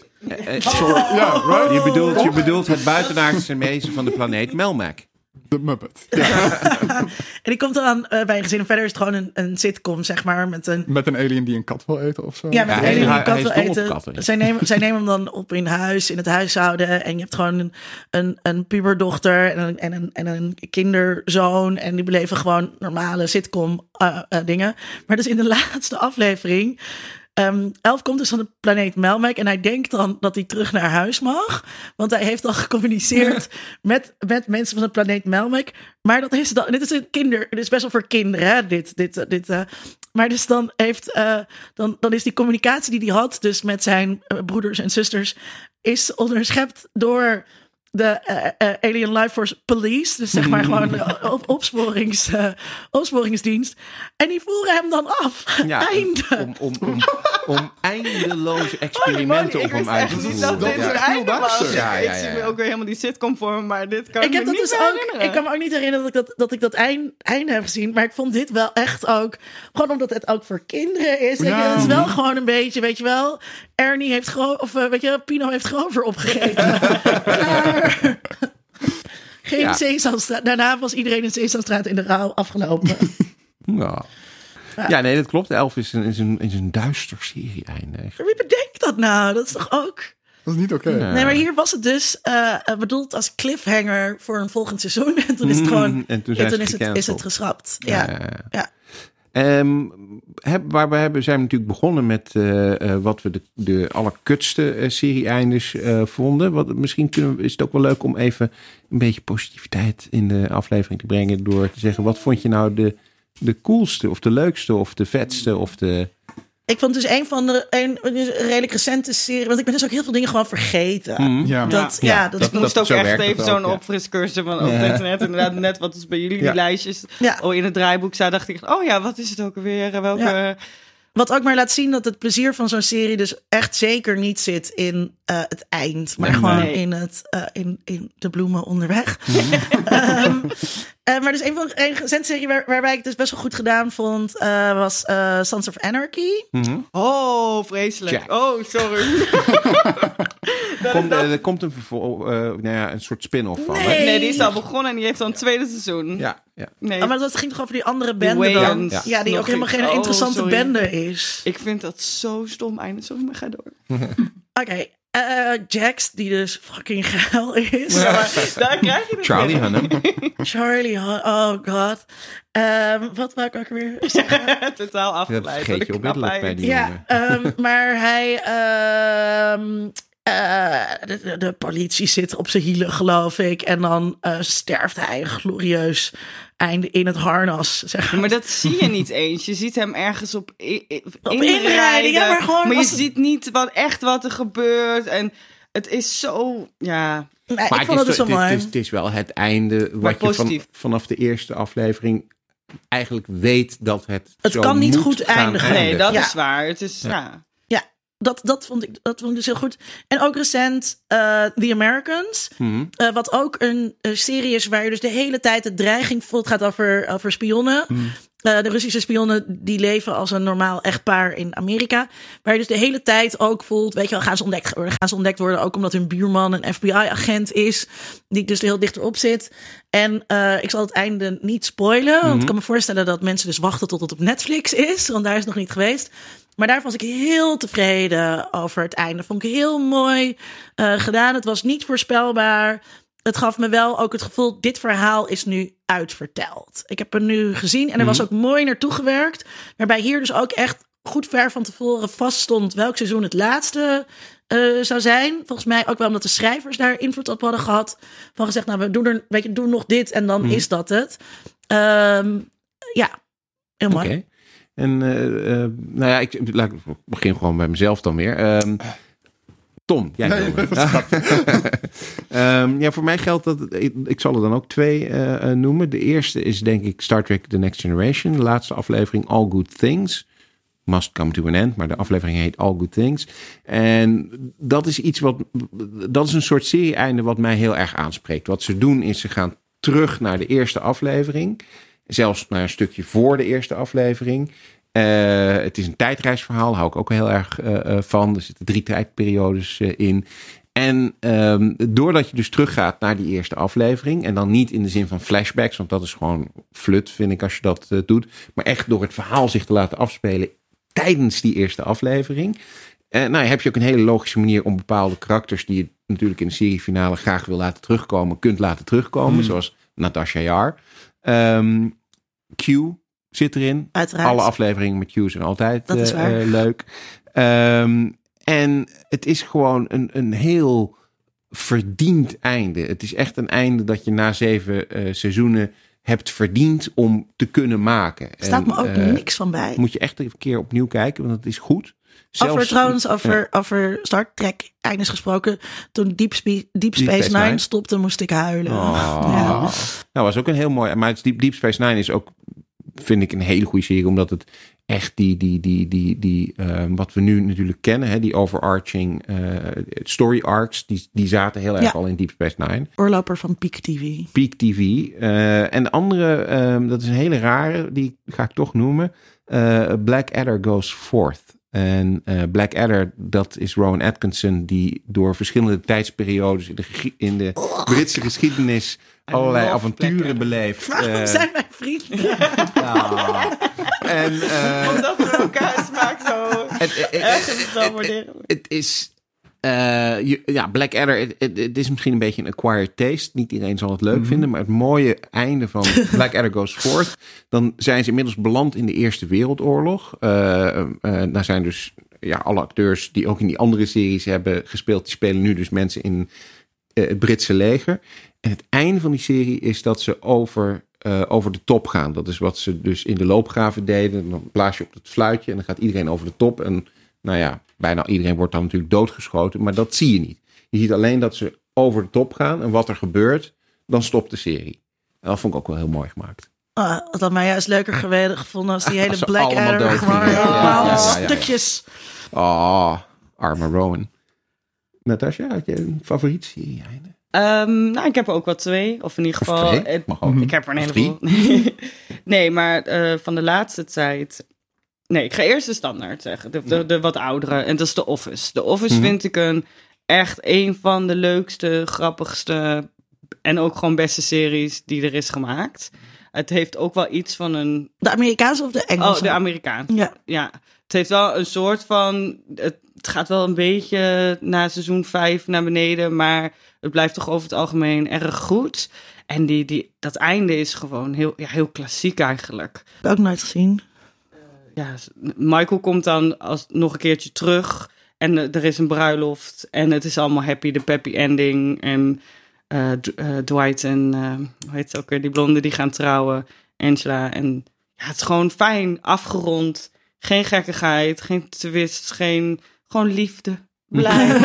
Je bedoelt het buitenaardse wezen van de planeet Melmac. De Muppet. En die komt dan bij een gezin. En verder is het gewoon een sitcom, zeg maar. Met een alien die een kat wil eten of zo. Ja, met een alien die een kat wil eten. Zij nemen hem dan op in het huishouden. En je hebt gewoon een puberdochter en een kinderzoon. En die beleven gewoon normale sitcom dingen. Maar dus in de laatste aflevering... 11 komt dus van de planeet Melmac en hij denkt dan dat hij terug naar huis mag. Want hij heeft al gecommuniceerd met mensen van de planeet Melmac. Maar dat is dan, dit is best wel voor kinderen, hè? Maar dus dan dan is die communicatie die hij had dus met zijn broeders en zusters is onderschept door de Alien Life Force Police. Dus zeg maar gewoon de opsporingsdienst. En die voeren hem dan af. Ja, Einde. om eindeloze experimenten op hem uit te voeren. Dat dit een einde was. Ja. Ik zie me ook weer helemaal die sitcom voor me, maar dit kan Ik heb me dat niet dus meer ook. herinneren. Ik kan me ook niet herinneren dat ik dat einde heb gezien. Maar ik vond dit wel echt ook. Gewoon omdat het ook voor kinderen is. Ja. Het is wel gewoon een beetje, weet je wel. Ernie heeft Pino heeft Grover opgegeten. Klaar. Geen Sesamstraat. Daarna was iedereen in Sesamstraat in de rouw afgelopen. Ja, nee, dat klopt. Elf is een duister serie-einde. Wie bedenkt dat nou? Dat is toch ook... Dat is niet oké. Ja. Nee, maar hier was het dus bedoeld als cliffhanger voor een volgend seizoen. En toen is het gewoon... En toen is het geschrapt. Ja. Waar we zijn natuurlijk begonnen met wat we de allerkutste serie-eindes vonden. Misschien is het ook wel leuk om even een beetje positiviteit in de aflevering te brengen. Door te zeggen, wat vond je nou de coolste of de leukste of de vetste of de... Ik vond dus een redelijk recente serie. Want ik ben dus ook heel veel dingen gewoon vergeten. Ja. Dat Ik moest ook zo echt werkt het even ook, zo'n ja. opfriscursus van op het internet. Inderdaad, net wat is bij jullie die Ja. lijstjes in het draaiboek staat. Dacht ik, wat is het ook alweer? Welke... Ja. Wat ook maar laat zien dat het plezier van zo'n serie dus echt zeker niet zit in het eind. Maar gewoon in de bloemen onderweg. Maar dus een recente serie waarbij ik het dus best wel goed gedaan vond, was Sons of Anarchy. Oh, vreselijk. Jack. Oh, sorry. Er komt een soort spin-off van. Nee. Hè? Nee, die is al begonnen en die heeft al een tweede seizoen. Ja. Nee. Maar dat ging toch over die andere bende Die dan? Wayans. Ja, die Nog ook helemaal iets. geen Oh, interessante sorry. bende is. Ik vind dat zo stom einde. Sorry, maar ga door. Oké, Jax, die dus fucking geil is. Ja, maar daar krijg je het Charlie weer. Hunnam. Charlie, oh god. Wat wou ik ook weer zeggen? Totaal Dat afgeleid. vergeet je onmiddellijk bij die Ja, jongen. maar hij... de politie zit op zijn hielen, geloof ik. En dan sterft hij een glorieus einde in het harnas. Zeg Ja, maar dat zie je niet eens. Je ziet hem ergens op inrijden, inrijden. ja, maar gewoon je als- ziet niet wat er gebeurt. En het is zo... Ja, Nee, Maar ik vond het dus zo mooi. het is wel het einde wat je positief. vanaf de eerste aflevering eigenlijk weet dat het Het zo kan niet moet goed gaan eindigen. nee, dat Ja. is waar. Het is... Ja. Dat vond ik dus heel goed. En ook recent The Americans. Wat ook een serie is waar je dus de hele tijd de dreiging voelt. Het gaat over spionnen. De Russische spionnen die leven als een normaal echtpaar in Amerika. Waar je dus de hele tijd ook voelt, weet je wel, gaan ze ontdekt worden. Ook omdat hun buurman een FBI-agent is. Die dus heel dichterop zit. En ik zal het einde niet spoilen. Want ik kan me voorstellen dat mensen dus wachten tot het op Netflix is. Want daar is het nog niet geweest. Maar daar was ik heel tevreden over het einde. Vond ik heel mooi gedaan. Het was niet voorspelbaar. Het gaf me wel ook het gevoel, dit verhaal is nu uitverteld. Ik heb hem nu gezien en er was ook mooi naartoe gewerkt. Waarbij hier dus ook echt goed ver van tevoren vaststond welk seizoen het laatste zou zijn. Volgens mij ook wel omdat de schrijvers daar invloed op hadden gehad. Van gezegd, nou, we doen nog dit en dan is dat het. Ja, heel mooi. Oké. En ik begin gewoon bij mezelf dan weer. Tom, jij voor mij geldt dat, ik zal er dan ook 2 noemen. De eerste is denk ik Star Trek The Next Generation. De laatste aflevering All Good Things. Must come to an end, maar de aflevering heet All Good Things. En dat is dat is een soort serie-einde wat mij heel erg aanspreekt. Wat ze doen is, ze gaan terug naar de eerste aflevering. Zelfs naar een stukje voor de eerste aflevering. Het is een tijdreisverhaal, daar hou ik ook heel erg van. Er zitten 3 tijdperiodes in. En doordat je dus teruggaat naar die eerste aflevering, en dan niet in de zin van flashbacks, want dat is gewoon flut, vind ik, als je dat doet. Maar echt door het verhaal zich te laten afspelen tijdens die eerste aflevering. Heb je ook een hele logische manier om bepaalde karakters die je natuurlijk in de seriefinale graag wil laten terugkomen, kunt laten terugkomen. Zoals Natasha Yar. Q zit erin. Uiteraard. Alle afleveringen met Q zijn altijd Dat is waar. leuk. En het is gewoon een heel verdiend einde. Het is echt een einde dat je na 7 seizoenen hebt verdiend om te kunnen maken. Er staat me ook niks van bij. Moet je echt een keer opnieuw kijken, want het is goed. Over Star Trek eindes gesproken. Toen Deep Space Nine stopte, moest ik huilen. Nou, was ook een heel mooi. Maar Deep Space Nine is ook, vind ik, een hele goede serie, omdat het echt die wat we nu natuurlijk kennen, hè, die overarching story arcs, die zaten heel erg al in Deep Space Nine. Oorloper van Peak TV. Peak TV. En de andere, dat is een hele rare, die ga ik toch noemen. Blackadder Goes Forth. En Blackadder, dat is Rowan Atkinson, die door verschillende tijdsperiodes in de Britse geschiedenis allerlei avonturen beleeft. Waarom zijn wij vrienden? Omdat we elkaar smaak zo ergens zo waarderen. Het is... Blackadder, het is misschien een beetje een acquired taste. Niet iedereen zal het leuk vinden, maar het mooie einde van Blackadder Goes Forth, dan zijn ze inmiddels beland in de Eerste Wereldoorlog. Daar zijn dus alle acteurs die ook in die andere series hebben gespeeld, die spelen nu dus mensen in het Britse leger. En het einde van die serie is dat ze over de top gaan. Dat is wat ze dus in de loopgraven deden. Dan blaas je op het fluitje en dan gaat iedereen over de top. En bijna iedereen wordt dan natuurlijk doodgeschoten. Maar dat zie je niet. Je ziet alleen dat ze over de top gaan. En wat er gebeurt, dan stopt de serie. En dat vond ik ook wel heel mooi gemaakt. Dat had mij juist leuker gevonden als die hele Blackadder gewoon stukjes. Arme Rowan. Natasja, had je een favoriet serie-einde? Ik heb er ook wel 2. Of in ieder geval... Ik heb er een heleboel. Nee, maar van de laatste tijd... Nee, ik ga eerst de standaard zeggen. De wat oudere. En dat is The Office. The Office vind ik echt een van de leukste, grappigste... en ook gewoon beste series die er is gemaakt. Het heeft ook wel iets van een... De Amerikaanse of de Engelse? Oh, de Amerikaanse. Ja. Het heeft wel een soort van... Het gaat wel een beetje na seizoen 5 naar beneden, maar het blijft toch over het algemeen erg goed. En dat einde is gewoon heel klassiek eigenlijk. Ik heb ook nooit gezien. Michael komt dan nog een keertje terug en er is een bruiloft en het is allemaal happy, de peppy ending. En Dwight en hoe heet het ook weer, die blonde die gaan trouwen, Angela. En het is gewoon fijn, afgerond, geen gekkigheid, geen twist, gewoon liefde, blij.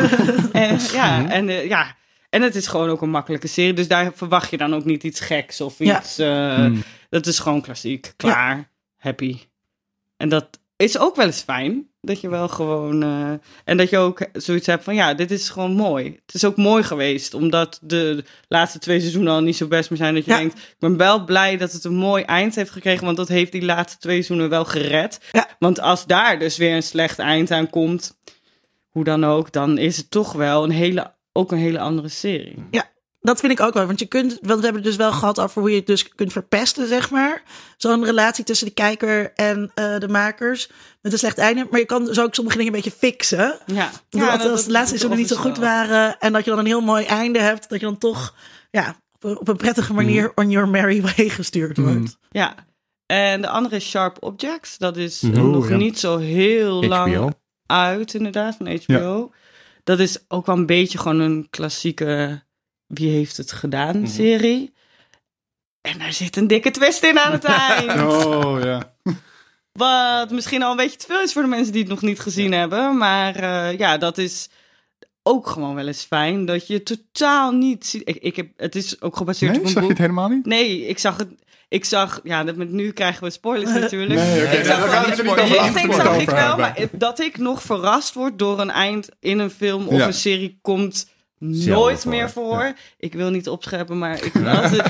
En het is gewoon ook een makkelijke serie, dus daar verwacht je dan ook niet iets geks of iets. Dat is gewoon klassiek, klaar, happy. En dat is ook wel eens fijn. Dat je wel gewoon... en dat je ook zoiets hebt van... dit is gewoon mooi. Het is ook mooi geweest. Omdat de laatste 2 seizoenen al niet zo best meer zijn. Dat je denkt... Ik ben wel blij dat het een mooi eind heeft gekregen. Want dat heeft die laatste 2 seizoenen wel gered. Ja. Want als daar dus weer een slecht eind aan komt... Hoe dan ook... Dan is het toch wel een hele andere serie. Ja. Dat vind ik ook wel, want we hebben het dus wel gehad over hoe je het dus kunt verpesten, zeg maar. Zo'n relatie tussen de kijker en de makers met een slecht einde. Maar je kan dus ook sommige dingen een beetje fixen. Als de laatste seizoenen niet zo goed waren en dat je dan een heel mooi einde hebt, dat je dan toch op een prettige manier on your merry way gestuurd wordt. Ja, en de andere is Sharp Objects. Dat is nog niet zo heel lang uit, inderdaad, van HBO. Ja. Dat is ook wel een beetje gewoon een klassieke... Wie heeft het gedaan, serie. En daar zit een dikke twist in aan het eind. Oh, ja. Wat misschien al een beetje te veel is voor de mensen die het nog niet gezien hebben. Maar dat is ook gewoon wel eens fijn. Dat je totaal niet ziet... Het is ook gebaseerd op een boek. Zag je het helemaal niet? Nee, ik zag... nu krijgen we spoilers natuurlijk. Nee, zag ik wel. Maar dat ik nog verrast word door een eind in een film of een serie komt... nooit meer voor. Ja. Ik wil niet opscheppen, maar ik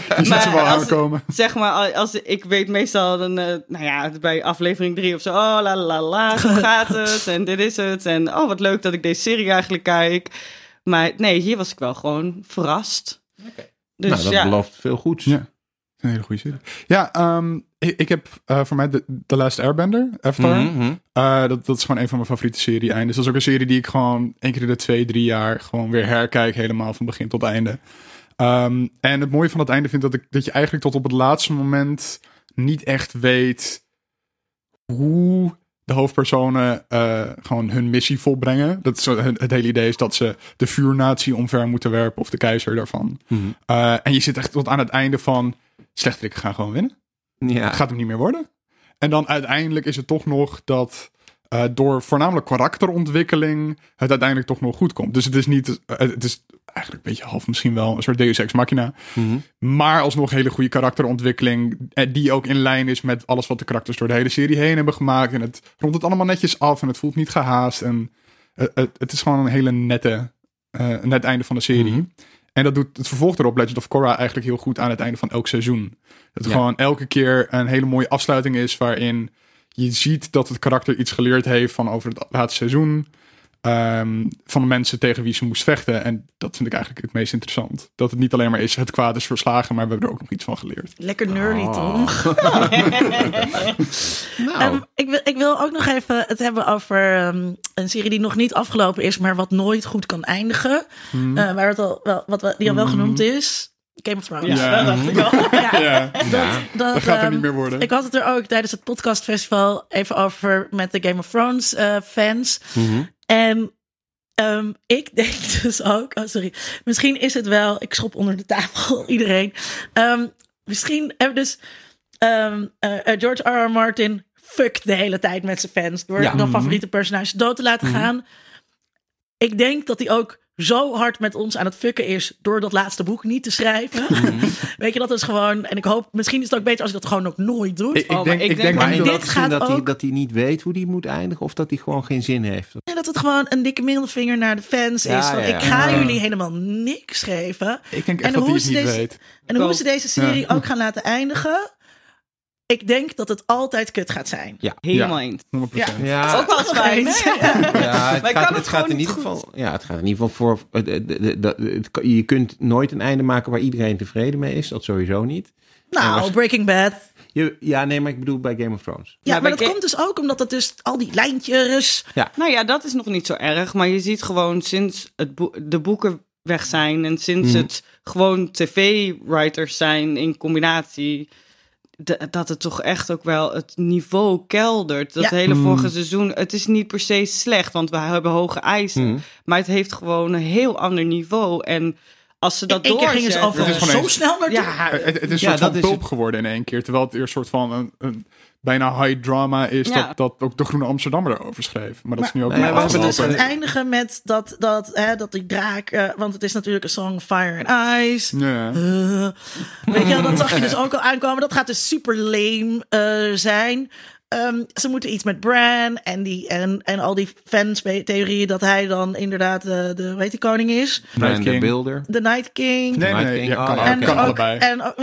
ik weet meestal dan, bij aflevering 3 of zo, zo gaat het en dit is het en wat leuk dat ik deze serie eigenlijk kijk. Maar nee, hier was ik wel gewoon verrast. Okay. Dus dat belooft veel goeds. Ja. Een hele goede serie. Ja, ik heb voor mij The Last Airbender, Avatar. Dat is gewoon een van mijn favoriete serie-eindes. Dat is ook een serie die ik gewoon 1 keer in de 2-3 jaar gewoon weer herkijk, helemaal van begin tot einde. En het mooie van het einde vind ik dat je eigenlijk tot op het laatste moment niet echt weet hoe de hoofdpersonen gewoon hun missie volbrengen. Dat is het hele idee is dat ze de vuurnatie omver moeten werpen of de keizer daarvan. En je zit echt tot aan het einde van... slechterikken gaan gewoon winnen. Ja. Het gaat hem niet meer worden. En dan uiteindelijk is het toch nog dat door voornamelijk karakterontwikkeling het uiteindelijk toch nog goed komt. Dus het is niet, het is eigenlijk een beetje half misschien wel een soort Deus Ex Machina. Mhm. Maar alsnog hele goede karakterontwikkeling die ook in lijn is met alles wat de karakters door de hele serie heen hebben gemaakt. En het rondt het allemaal netjes af en het voelt niet gehaast. En het is gewoon een hele net einde van de serie. Mhm. En dat doet het vervolg erop, Legend of Korra, eigenlijk heel goed aan het einde van elk seizoen. Dat het gewoon elke keer een hele mooie afsluiting is waarin je ziet dat het karakter iets geleerd heeft van over het laatste seizoen. Van de mensen tegen wie ze moest vechten. En dat vind ik eigenlijk het meest interessant. Dat het niet alleen maar is het kwaad is verslagen, maar we hebben er ook nog iets van geleerd. Lekker nerdy, toch? Nou, Ik wil ook nog even het hebben over een serie die nog niet afgelopen is, maar wat nooit goed kan eindigen. Waar het al wel genoemd is. Game of Thrones. Ja. Dat dacht ik al. Ja, dat gaat er niet meer Ik worden. had het er ook tijdens het podcastfestival even over met de Game of Thrones fans. En ik denk dus ook... Oh, sorry. Misschien is het wel... Ik schop onder de tafel iedereen. Misschien hebben dus... George R.R. Martin fuckt de hele tijd met zijn fans. Door dan favoriete personages dood te laten gaan. Ik denk dat hij ook zo hard met ons aan het fucken is door dat laatste boek niet te schrijven. Weet je, dat is gewoon... En ik hoop, misschien is het ook beter als ik dat gewoon ook nooit doe. Ik denk maar in dit dat gaat zin ook- dat hij niet weet hoe die moet eindigen of dat hij gewoon geen zin heeft. En dat het gewoon een dikke middelvinger naar de fans is. Van, ik ga jullie helemaal niks geven. Ik denk En echt dat hij hoe het ze niet deze- weet. En hoe ze deze serie ook gaan laten eindigen... Ik denk dat het altijd kut gaat zijn. Helemaal eens. 100%. Ja, Ook wel Toch nog fijn, eens. hè? Ja, Maar ik kan het gewoon in niet ieder goed. geval. Ja, het gaat in ieder geval voor. Je kunt nooit een einde maken waar iedereen tevreden mee is. Dat sowieso niet. Nou, Breaking Bad. Nee, maar ik bedoel bij Game of Thrones. Ja, Ja, maar bij dat komt dus ook omdat het dus al die lijntjes... Nou ja, dat is nog niet zo erg. Maar je ziet gewoon sinds de boeken weg zijn... en sinds het gewoon tv-writers zijn in combinatie... dat het toch echt ook wel het niveau keldert. Dat hele vorige seizoen, het is niet per se slecht... want we hebben hoge eisen. Maar het heeft gewoon een heel ander niveau. En als ze dat In één keer gingen ze doorzetten... overal Het is gewoon zo eens- snel naartoe. Ja, Het is een Ja, soort van dat is pulp het. geworden in één keer. Terwijl het eerst soort van een bijna high drama is... Ja. dat ook de Groene Amsterdammer erover schreef. Maar dat is nu ook... Nou ja, weer Maar als het dus afgelopen. gaat eindigen met dat die draak... want het is natuurlijk een song Fire and Ice... Ja. Weet je wel, dat zag je dus ook al aankomen. Dat gaat dus super lame zijn. Ze moeten iets met Bran en al die fans-theorieën... dat hij dan inderdaad de weet je, koning is. Brand the King. Builder. De Night King. Nee, Night nee, King. ja, Oh, kan, ja, En oké. kan ook- allebei.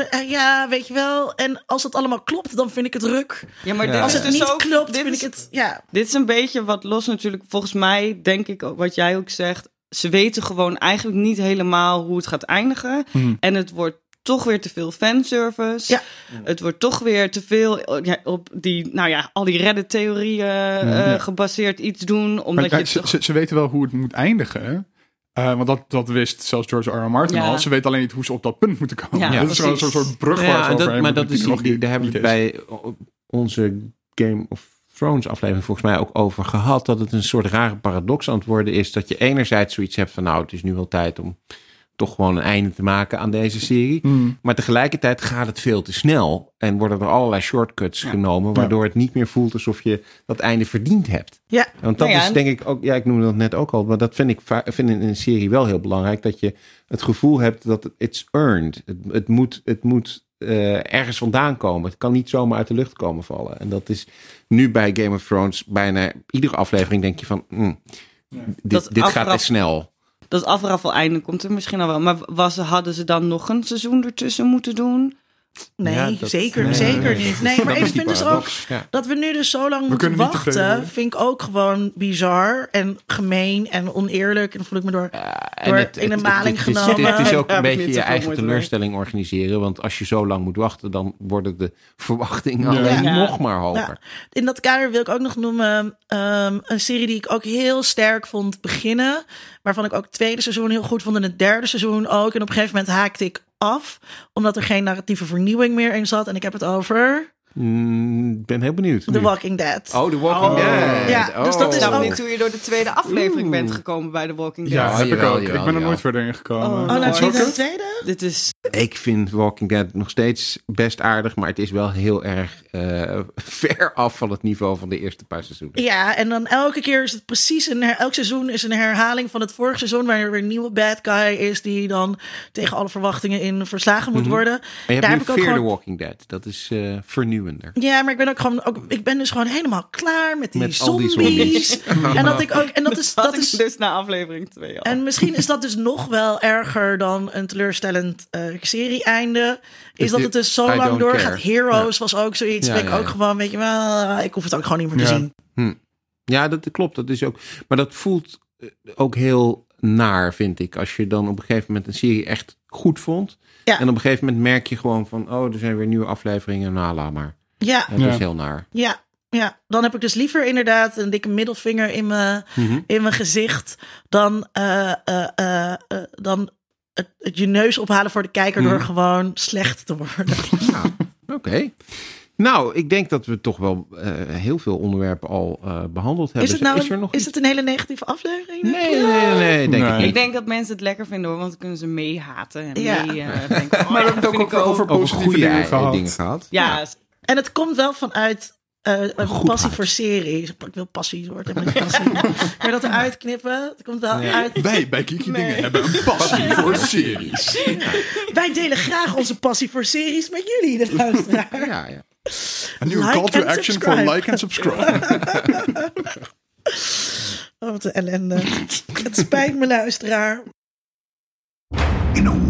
ja, weet je wel. En als dat allemaal klopt, dan vind ik het ruk. ja, maar Ja. dit Als is het dus niet ook, klopt, dit vind is- ik het... Ja. Dit is een beetje wat los natuurlijk. Volgens mij denk ik ook wat jij ook zegt. Ze weten gewoon eigenlijk niet helemaal hoe het gaat eindigen. En het wordt toch weer te veel fanservice. Ja. Het wordt toch weer te veel op die, nou ja, al die Reddit-theorieën gebaseerd iets doen. Omdat Maar je kijk, toch... ze weten wel hoe het moet eindigen. Want dat wist zelfs George R.R. Martin Ja. al. Ze weten alleen niet hoe ze op dat punt moeten komen. Ja, dat is gewoon een precies. soort brug waar Ja, ze en overheen maar moeten, dat is, die nog niet- daar hebben we niet het is. bij onze Game of Thrones aflevering volgens mij ook over gehad. Dat het een soort rare paradox aan het worden is. Dat je enerzijds zoiets hebt van nou, het is nu wel tijd om toch gewoon een einde te maken aan deze serie. Maar tegelijkertijd gaat het veel te snel. En worden er allerlei shortcuts genomen. Waardoor het niet meer voelt alsof je dat einde verdiend hebt. Ja. Want dat Nou ja, is denk ik ook, ja, ik noemde dat net ook al. Maar dat vind ik in een serie wel heel belangrijk. Dat je het gevoel hebt dat it's earned. Het moet ergens vandaan komen. Het kan niet zomaar uit de lucht komen vallen. En dat is nu bij Game of Thrones bijna iedere aflevering denk je van dit gaat te snel. Dat afraffel-einde komt er misschien al wel. Maar hadden ze dan nog een seizoen ertussen moeten doen? Nee, Ja, zeker nee. niet. Nee, maar Dat ik is die vind dus ook paradox, ja. dat we nu dus zo lang moeten kunnen niet tevreden wachten. worden. Vind ik ook gewoon bizar en gemeen en oneerlijk. En dan voel ik me door in een maling genomen. Het is ook Daar een heb ik beetje niet je zoveel eigen moeite mee. teleurstelling organiseren. Want als je zo lang moet wachten, dan worden de verwachtingen Ja. alleen Ja. nog maar hoger. Ja. In dat kader wil ik ook nog noemen een serie die ik ook heel sterk vond beginnen. Waarvan ik ook het tweede seizoen heel goed vond en het derde seizoen ook. En op een gegeven moment haakte ik af. Omdat er geen narratieve vernieuwing meer in zat. En ik heb het over Ik ben heel benieuwd. The Walking Dead. Oh, The Walking Dead. Ja, dus dat Ik is snap ook- niet hoe je door de tweede aflevering bent gekomen bij The Walking Dead. Ja, Ja, heb ik jawel, ook. jawel, Ik ben er jawel. nooit verder in gekomen. Oh, Oh, nou Is zie je dat de tweede? Dit is... Ik vind Walking Dead nog steeds best aardig, maar het is wel heel erg ver af van het niveau van de eerste paar seizoenen. Ja, en dan elke keer is het precies elk seizoen is een herhaling van het vorige seizoen, waar er weer een nieuwe bad guy is die dan tegen alle verwachtingen in verslagen moet worden. Maar je hebt nu Fear the Walking Dead. Dat is vernieuwender. Ja, maar ik ben dus gewoon helemaal klaar met die al zombies. En dat ik ook, en dat is dus na aflevering 2 al. En misschien is dat dus nog wel erger dan een teleurstellend serie-einde. Is dat het dus zo lang doorgaat. Heroes was ook zoiets. Ben ik ook gewoon, weet je wel, ik hoef het ook gewoon niet meer te zien. Ja, dat klopt. Dat is ook. Maar dat voelt ook heel naar, vind ik. Als je dan op een gegeven moment een serie echt goed vond. Ja. En op een gegeven moment merk je gewoon van, er zijn weer nieuwe afleveringen. Nou, laat maar. Ja. Dat is heel naar. Ja, dan heb ik dus liever inderdaad een dikke middelvinger in mijn gezicht dan het je neus ophalen voor de kijker door gewoon slecht te worden. Oké. Nou, ik denk dat we toch wel heel veel onderwerpen al behandeld hebben. Is het een hele negatieve aflevering? Nee, denk ik niet. Ik denk dat mensen het lekker vinden hoor, want dan kunnen ze meehaten. En denken, maar we hebben het ook over positieve dingen gehad. Ja. En het komt wel vanuit passie voor series. Ik wil passie worden. Kan je dat eruit knippen? Het komt wel uit. Wij bij Kiki Dingen hebben een passie voor series. Wij delen graag onze passie voor series met jullie, de luisteraar. Ja. Een nieuwe call to action voor like en subscribe. Oh, wat een ellende. Het spijt me, luisteraar. In a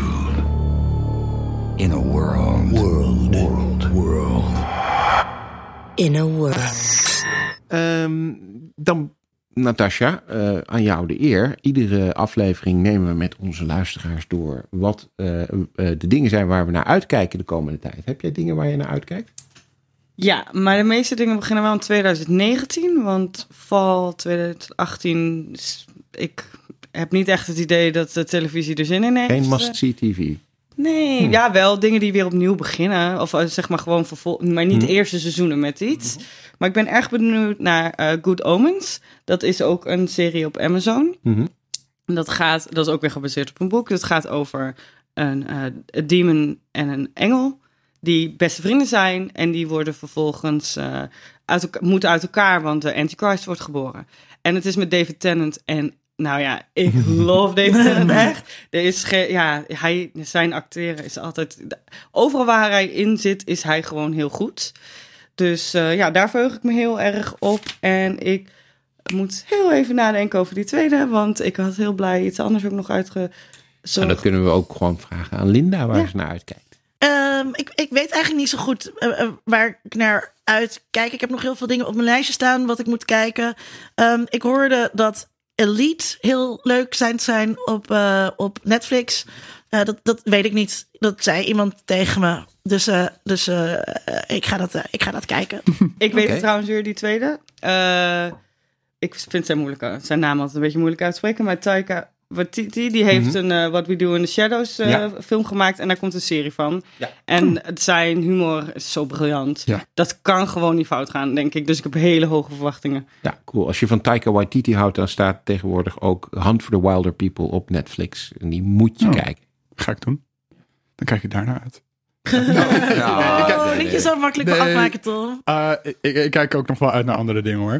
world. Dan, Natasja, aan jou de eer. Iedere aflevering nemen we met onze luisteraars door wat de dingen zijn waar we naar uitkijken de komende tijd. Heb jij dingen waar je naar uitkijkt? Ja, maar de meeste dingen beginnen wel in 2019, want val 2018, ik heb niet echt het idee dat de televisie er zin in heeft. Geen must-see TV? Nee, ja, wel dingen die weer opnieuw beginnen. Of zeg maar gewoon maar niet de eerste seizoenen met iets. Maar ik ben erg benieuwd naar Good Omens. Dat is ook een serie op Amazon. Dat is ook weer gebaseerd op een boek. Dat gaat over een demon en een engel die beste vrienden zijn. En die worden vervolgens moeten uit elkaar, want de Antichrist wordt geboren. En het is met David Tennant en nou ja, ik love David Tennant echt. Zijn acteren is altijd... Overal waar hij in zit, is hij gewoon heel goed. Dus daar verheug ik me heel erg op. En ik moet heel even nadenken over die tweede, want ik had heel blij iets anders ook nog uitgezocht. En dat kunnen we ook gewoon vragen aan Linda, waar ze naar uitkijkt. Ik weet eigenlijk niet zo goed waar ik naar uitkijk. Ik heb nog heel veel dingen op mijn lijstje staan wat ik moet kijken. Ik hoorde dat Elite heel leuk zijn op Netflix. Dat weet ik niet. Dat zei iemand tegen me. Dus ik ga dat kijken. Ik weet trouwens weer die tweede. Ik vind zijn naam altijd een beetje moeilijk uitspreken. Maar Taika Waititi, die heeft een What We Do in the Shadows film gemaakt. En daar komt een serie van. Ja. En zijn humor is zo briljant. Ja. Dat kan gewoon niet fout gaan, denk ik. Dus ik heb hele hoge verwachtingen. Ja, cool. Als je van Taika Waititi houdt, dan staat tegenwoordig ook Hunt for the Wilder People op Netflix. En die moet je kijken. Ga ik doen. Dan kijk je daarnaar uit. Niet je zo makkelijk afmaken, toch? Ik kijk ook nog wel uit naar andere dingen, hoor.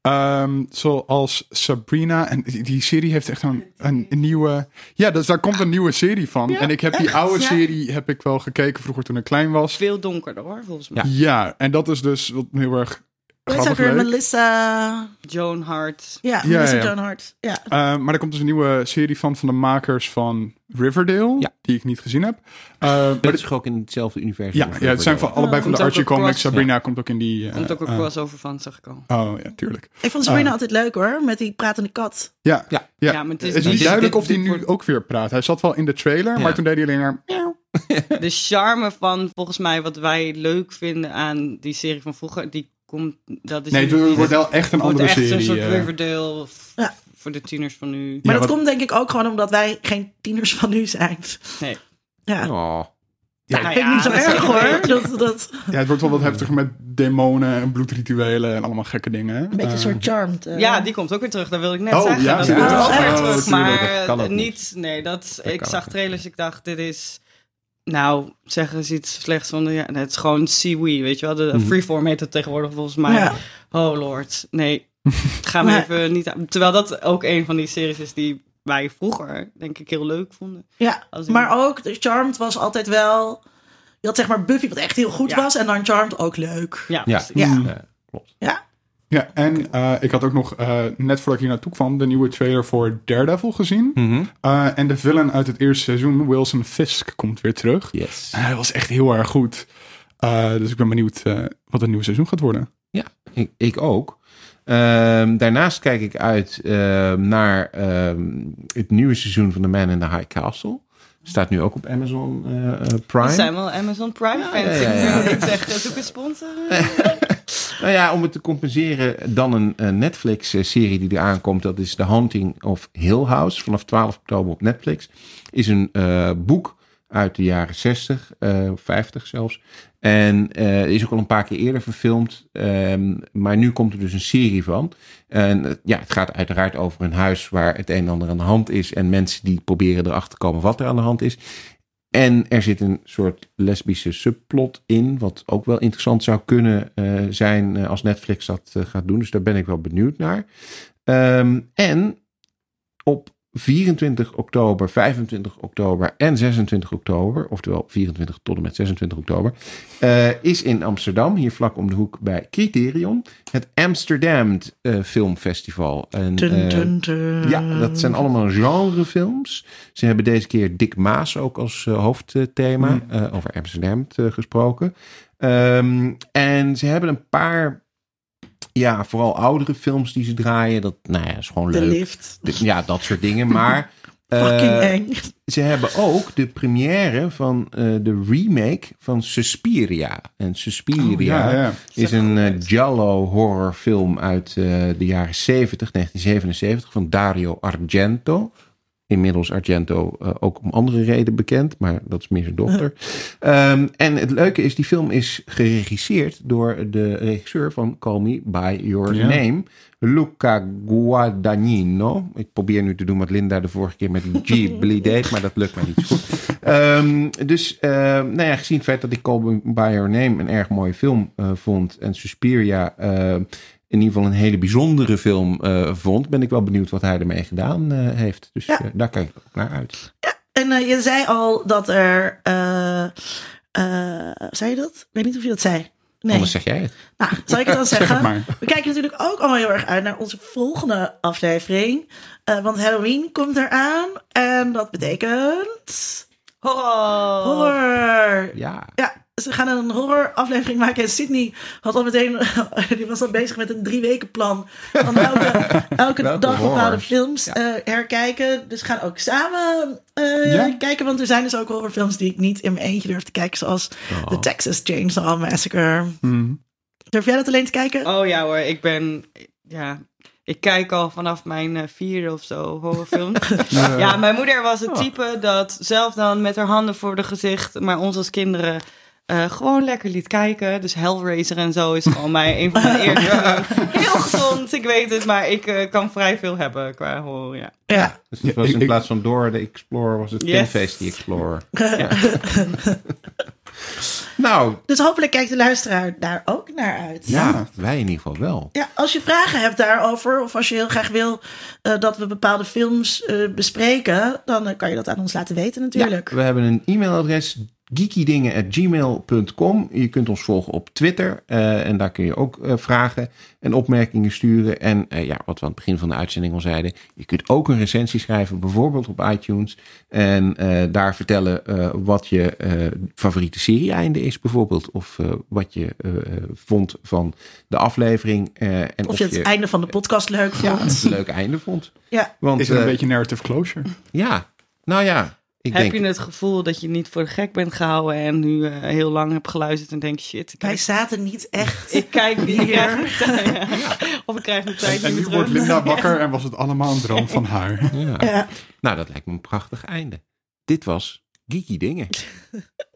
Zoals Sabrina. En die serie heeft echt een nieuwe... Ja, dus daar komt een nieuwe serie van. Ja, en ik heb die oude serie heb ik wel gekeken vroeger toen ik klein was. Veel donkerder, hoor, volgens mij. Ja, en dat is dus wat heel erg... Is ook weer Melissa... Joan Hart. Ja, Melissa Joan Hart. Ja. Maar er komt dus een nieuwe serie van de makers van Riverdale, die ik niet gezien heb. Maar het is ook in hetzelfde universum. Ja, het zijn allebei van de Archie comics. Sabrina komt ook in die... komt ook een crossover van, zeg ik al. Oh, ja, tuurlijk. Ik vond Sabrina altijd leuk, hoor, met die pratende kat. Ja, maar het is niet duidelijk of hij nu ook weer praat. Hij zat wel in de trailer, maar toen deed hij alleen maar... De charme van, volgens mij, wat wij leuk vinden aan die serie van vroeger, het wordt wel echt een andere serie. Een soort Riverdale voor de tieners van nu. Maar dat komt denk ik ook gewoon omdat wij geen tieners van nu zijn. Nee. Ja. Oh. Ja, dat vind ik niet zo erg hoor. Dat Ja, het wordt wel wat heftiger met demonen en bloedrituelen en allemaal gekke dingen. een beetje een soort Charmed. Ja, die komt ook weer terug. Dat wil ik net Oh, zeggen. ja, dat ja. komt ook Oh, weer echt? terug. Tuurlijk, dat kan Maar ook niet. Nee, ik kan zag ook trailers. Ik dacht, dit is... Nou, zeggen ze iets slechts van... Ja, het is gewoon seaweed, weet je wel. De Freeform heet het tegenwoordig volgens mij. Ja. Oh lord, nee. Ga me even niet aan. Terwijl dat ook een van die series is die wij vroeger, denk ik, heel leuk vonden. Ja, Als in- maar ook de Charmed was altijd wel... Je had zeg maar Buffy wat echt heel goed Ja. was. En dan Charmed ook leuk. Ja, Ja, precies. Ja. klopt. Ja. Ja, en ik had ook nog, net voordat ik hier naartoe kwam, de nieuwe trailer voor Daredevil gezien. Mhm. En de villain uit het eerste seizoen, Wilson Fisk, komt weer terug. Yes. En hij was echt heel erg goed. Dus ik ben benieuwd wat het nieuwe seizoen gaat worden. Ja, ik ook. Daarnaast kijk ik uit naar het nieuwe seizoen van The Man in the High Castle. Staat nu ook op Amazon Prime. We zijn wel Amazon Prime fans. ja. Ik zeg, zoek een sponsor. Nou ja, om het te compenseren, dan een Netflix-serie die er aankomt. Dat is The Haunting of Hill House. Vanaf 12 oktober op Netflix. Is een boek uit de jaren 60, 50 zelfs. En is ook al een paar keer eerder verfilmd. Maar nu komt er dus een serie van. En het gaat uiteraard over een huis waar het een en ander aan de hand is. En mensen die proberen erachter te komen wat er aan de hand is. En er zit een soort lesbische subplot in. Wat ook wel interessant zou kunnen zijn als Netflix dat gaat doen. Dus daar ben ik wel benieuwd naar. En op 24 oktober, 25 oktober en 26 oktober, oftewel 24 tot en met 26 oktober, is in Amsterdam, hier vlak om de hoek bij Criterion, het Amsterdam Filmfestival. En, ja, dat zijn allemaal genrefilms. Ze hebben deze keer Dick Maas ook als hoofdthema, over Amsterdam gesproken. En ze hebben een paar... Ja, vooral oudere films die ze draaien. Dat is gewoon De leuk. Lift. Ja, dat soort dingen. Maar Fucking eng. ze hebben ook de première van de remake van Suspiria. En Suspiria is een giallo horrorfilm uit de jaren 70, 1977, van Dario Argento. Inmiddels Argento ook om andere reden bekend, maar dat is meer zijn dochter. En het leuke is, die film is geregisseerd door de regisseur van Call Me By Your Name, Luca Guadagnino. Ik probeer nu te doen wat Linda de vorige keer met Ghibli deed, maar dat lukt mij niet zo goed. Gezien het feit dat ik Call Me By Your Name een erg mooie film vond en Suspiria... in ieder geval een hele bijzondere film vond, ben ik wel benieuwd wat hij ermee gedaan heeft. Dus daar kijk ik ook naar uit. Ja, en je zei al dat er... zei je dat? Ik weet niet of je dat zei. Nee. Anders zeg jij het. Nou, zal ik het dan zeggen? het maar. We kijken natuurlijk ook allemaal heel erg uit naar onze volgende aflevering. Want Halloween komt eraan. En dat betekent... Horror! Ja. Ja, ze gaan een horror aflevering maken. En Sydney had al meteen... die was al bezig met een 3-weken plan. Van elke dag bepaalde horrors? films herkijken. Dus we gaan ook samen kijken. Want er zijn dus ook horrorfilms die ik niet in mijn eentje durf te kijken. Zoals The Texas Chainsaw Massacre. Durf jij dat alleen te kijken? Oh ja hoor, ik kijk al vanaf mijn 4e of zo horrorfilm. Ja, mijn moeder was het type dat zelf dan met haar handen voor de gezicht, maar ons als kinderen gewoon lekker liet kijken. Dus Hellraiser en zo is gewoon een van mijn eerste. Heel gezond, ik weet het, maar ik kan vrij veel hebben qua horror, ja. Ja. Dus het was in plaats van Dora the Explorer, was het Pinface the Explorer. Ja. Nou. Dus hopelijk kijkt de luisteraar daar ook naar uit. Ja, wij in ieder geval wel. Ja, als je vragen hebt daarover, of als je heel graag wil dat we bepaalde films bespreken, dan kan je dat aan ons laten weten natuurlijk. Ja, we hebben een e-mailadres geekydingen@gmail.com. Je kunt ons volgen op Twitter en daar kun je ook vragen en opmerkingen sturen. En wat we aan het begin van de uitzending al zeiden, je kunt ook een recensie schrijven, bijvoorbeeld op iTunes. En daar vertellen wat je favoriete serie-einde is bijvoorbeeld. Of wat je vond van de aflevering. En of je het einde van de podcast leuk vond. Ja, een leuk einde vond. Ja. Want, is er een beetje narrative closure? Ja, nou ja. Heb je het gevoel dat je niet voor de gek bent gehouden en nu heel lang hebt geluisterd en denk shit. Wij zaten niet echt. Ik kijk niet hier. Of ik krijg een tijd En nu wordt Linda wakker en was het allemaal een droom van haar. Ja. Nou, dat lijkt me een prachtig einde. Dit was Geeky Dingen.